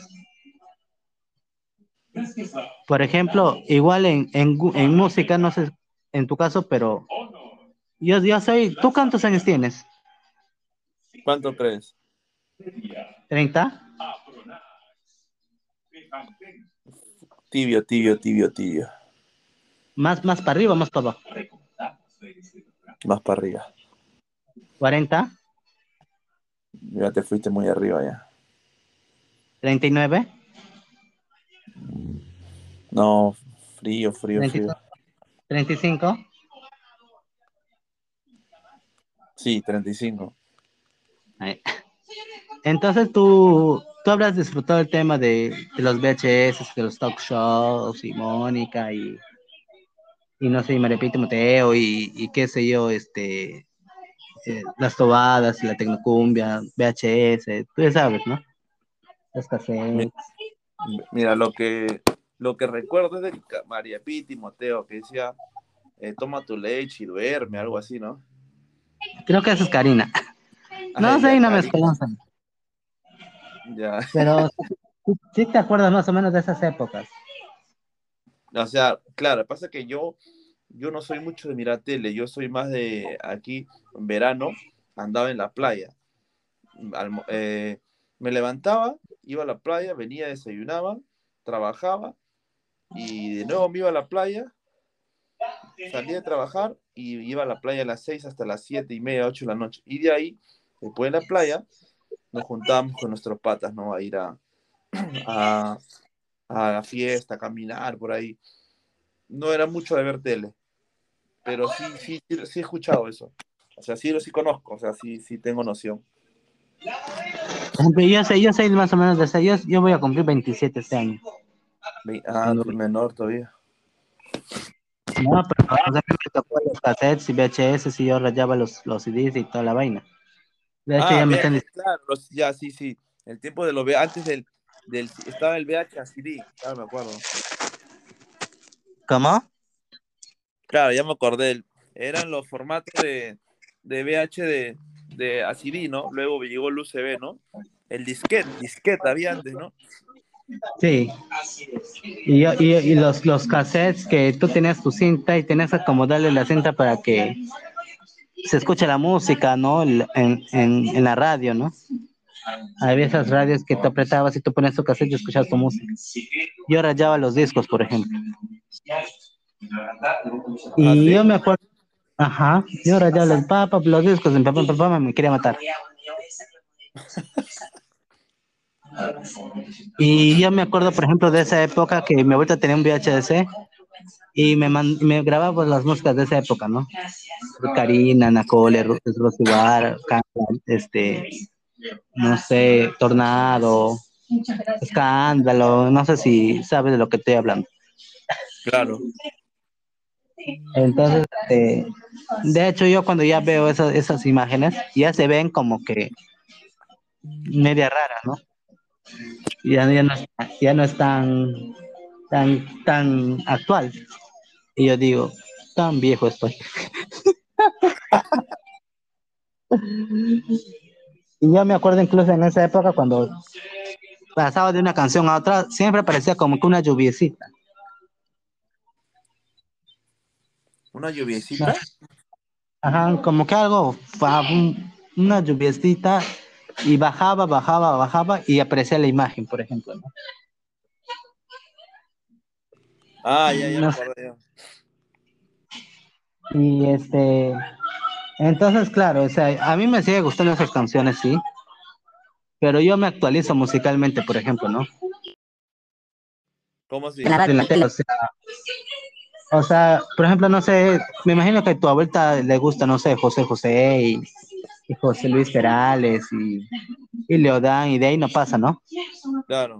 Por ejemplo, igual en, en, gu- en música, no sé en tu caso, pero yo, yo soy, ¿tú cuántos años tienes? ¿Cuánto crees? ¿Treinta? Tibio, tibio, tibio, tibio. ¿Más, más para arriba o más para abajo? Más para arriba. ¿cuarenta? Ya te fuiste muy arriba ya. ¿treinta y nueve? No, frío, frío, ¿treinta y frío. cinco? ¿treinta y cinco? Sí, treinta y cinco. Ay. Entonces tú, tú habrás disfrutado el tema de, de los V H S, de los talk shows y Mónica y, y no sé, y María Pía y Timoteo y, y qué sé yo, este, eh, las tobadas y la tecnocumbia, V H S, tú ya sabes, ¿no? Los Mi- cassettes. Mira, lo que, lo que recuerdo es de Ca- María Pía y Timoteo, que decía, eh, toma tu leche y duerme, algo así, ¿no? Creo que eso es Karina. No Ay, sé, ya, y no me Karina. desconocen, Ya. pero sí, sí te acuerdas más o menos de esas épocas. O sea, claro, pasa que yo, yo no soy mucho de mirar tele, yo soy más de aquí, en verano, andaba en la playa. Almo- eh, Me levantaba, iba a la playa, venía, desayunaba, trabajaba y de nuevo me iba a la playa, salía de trabajar y iba a la playa a las seis hasta las siete y media, ocho de la noche. Y de ahí, después de la playa, nos juntábamos con nuestros patas, ¿no? A ir a, a, a la fiesta, a caminar por ahí. No era mucho de ver tele, pero sí, sí, sí, sí he escuchado eso. O sea, sí, sí conozco, o sea, sí, sí tengo noción. Por ejemplo, yo sé, yo sé más o menos de eso. Yo, yo voy a cumplir veintisiete este año. Ve- Ah, Cuando- tú menor todavía. No, pero o sea, a mí me tocó los cassettes y V H S y yo rayaba los, los C Ds y toda la vaina. De hecho, Ah, ya me están V H, diciendo, claro, los- ya, sí, sí. El tiempo de los V H, antes del, del, estaba el V H a C D, claro, me acuerdo. ¿cómo? Claro, ya me acordé. el- Eran los formatos de, de V H de, de a C D, ¿no? Luego llegó el U S B, ¿no? El disquete, disquete había antes, ¿no? Sí. Y, yo- y, y los, los cassettes que tú tenías tu cinta y tenías que acomodarle la cinta para que se escuche la música, ¿no? El- En, en, en la radio, ¿no? Había esas radios que tú apretabas y tú ponías tu cassette y escuchabas tu música. Yo rayaba los discos, por ejemplo. Ah, Y yo ¿sí? me acuerdo, ajá, yo rayaba los papas, los discos, mi papá, mi papá me quería matar. Y yo me acuerdo, por ejemplo, de esa época que mi abuelita tenía un V H S y me, man- me grababa pues, las músicas de esa época, ¿no? Karina, Nacole, Ro- Rosy Bar, Can- este, no sé, Tornado, Escándalo, no sé si sabes de lo que estoy hablando. Claro. Entonces, este, de hecho, yo cuando ya veo esas, esas imágenes, ya se ven como que media rara, ¿no? Ya, ya no, es- ya no es tan, tan, tan actual. Y yo digo, tan viejo estoy. Y yo me acuerdo incluso en esa época cuando pasaba de una canción a otra, siempre parecía como que una lluviecita. ¿Una ¿No? lluviecita? Ajá, como que algo, fa- un- una lluviecita y bajaba, bajaba, bajaba y aparecía la imagen, por ejemplo, ¿no? Ah, ya, ya me No sé. acordé. Ya. Y este, entonces, claro, o sea, a mí me sigue gustando esas canciones, sí, pero yo me actualizo musicalmente, por ejemplo, ¿no? ¿Cómo En así? la radio, o sea, o sea, por ejemplo, no sé, me imagino que a tu abuelita le gusta, no sé, José José y, y José Luis Perales y, y Leodán, y de ahí no pasa, ¿no? Claro.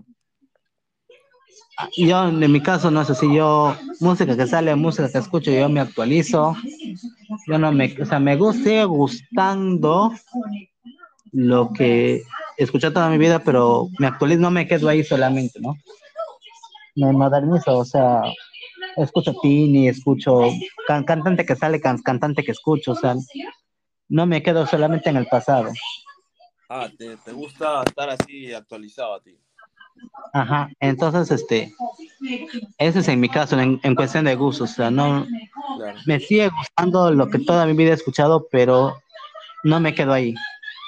Yo, en mi caso, no es así, yo, música que sale, música que escucho, yo me actualizo, yo no me, o sea, me gusta, sigue gustando lo que escuché toda mi vida, pero me actualizo, no me quedo ahí solamente, ¿no? Me modernizo, o sea, escucho Tini, escucho can- cantante que sale, can- cantante que escucho, o sea, no me quedo solamente en el pasado. Ah, te, te gusta estar así actualizado a ti. Ajá, entonces, este, ese es en mi caso, en, en cuestión de gusto, o sea, no, Claro, me sigue gustando lo que toda mi vida he escuchado, pero no me quedo ahí.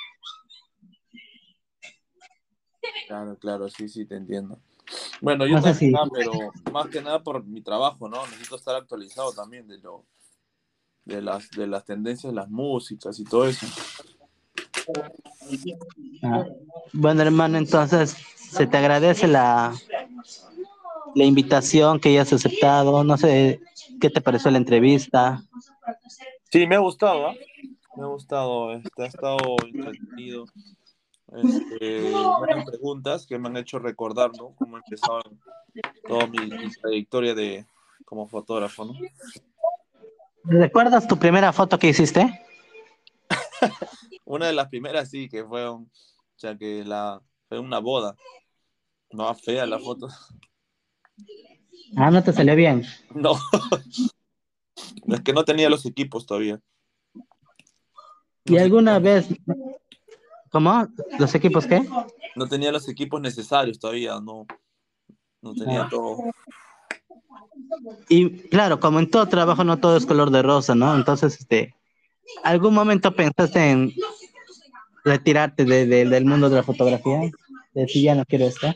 claro, claro, sí, sí, te entiendo. Bueno, yo No sé también, si, ah, pero más que nada por mi trabajo, ¿no? Necesito estar actualizado también de lo, de las, de las tendencias, las músicas y todo eso. Ah, bueno, hermano, entonces se te agradece la, la invitación que hayas aceptado. No sé qué te pareció la entrevista. Sí, me ha gustado, ¿ah? Me ha gustado, este, ha estado entretenido. Este, buenas preguntas que me han hecho recordar, ¿no? Cómo he empezado toda mi, mi trayectoria de, como fotógrafo, ¿no? ¿Recuerdas tu primera foto que hiciste? Una de las primeras sí, que fue, un, o sea, que la, fue una boda. No, fea la foto. Ah, no te salió bien. No, es que no tenía los equipos todavía. ¿Y No sé, alguna vez, cómo? ¿Los equipos qué? no tenía los equipos necesarios todavía, no, no tenía Ah. todo. Y claro, como en todo trabajo, no todo es color de rosa, ¿no? Entonces, este, ¿algún momento pensaste en retirarte de, de- del mundo de la fotografía? De si ya no quiero estar.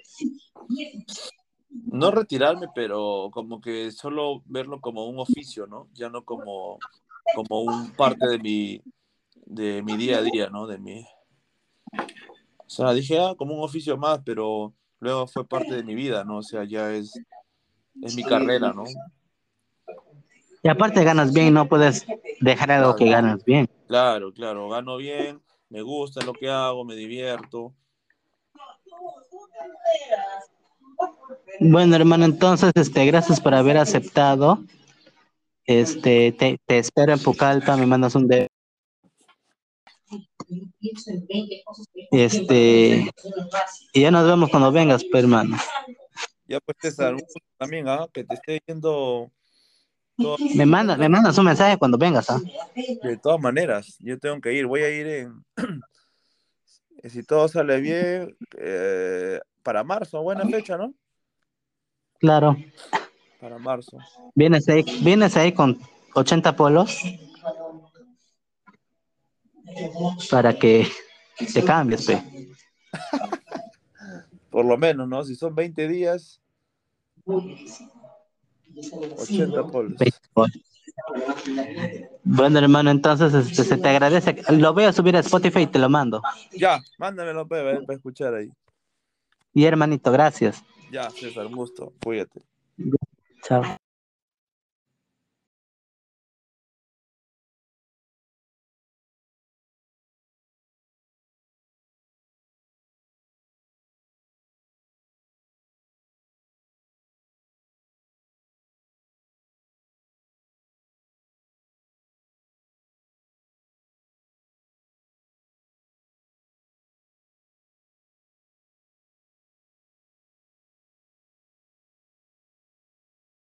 No retirarme, pero como que solo verlo como un oficio, ¿no? Ya no como, como un parte de mi, de mi día a día, ¿no? De mi, o sea, dije, ah, como un oficio más, pero luego fue parte de mi vida, ¿no? O sea, ya es, es mi carrera, ¿no? Y aparte ganas bien y no puedes dejar algo que Claro, ganas bien. claro, claro, gano bien, me gusta lo que hago, me divierto. Bueno, hermano, entonces, este, gracias por haber aceptado. Este, te, te espero en Pucallpa, me mandas un de este, y ya nos vemos cuando vengas, pues, hermano. Ya pues César, un gusto también, ¿ah? Que te esté yendo todo Me manda, me mandas un mensaje cuando vengas, ¿ah? de todas maneras. Yo tengo que ir, voy a ir en, si todo sale bien, eh, para marzo, buena fecha, ¿no? Claro. Para marzo. Vienes ahí, vienes ahí con ochenta polos para que te cambies, pe. Por lo menos, ¿no? Si son veinte días, ochenta polos. Bueno, hermano, entonces este, se te agradece. Lo voy a subir a Spotify y te lo mando. Ya, mándamelo, pe, a ver, para escuchar ahí. Y hermanito, gracias. Ya, César, un gusto. Cuídate. Chao.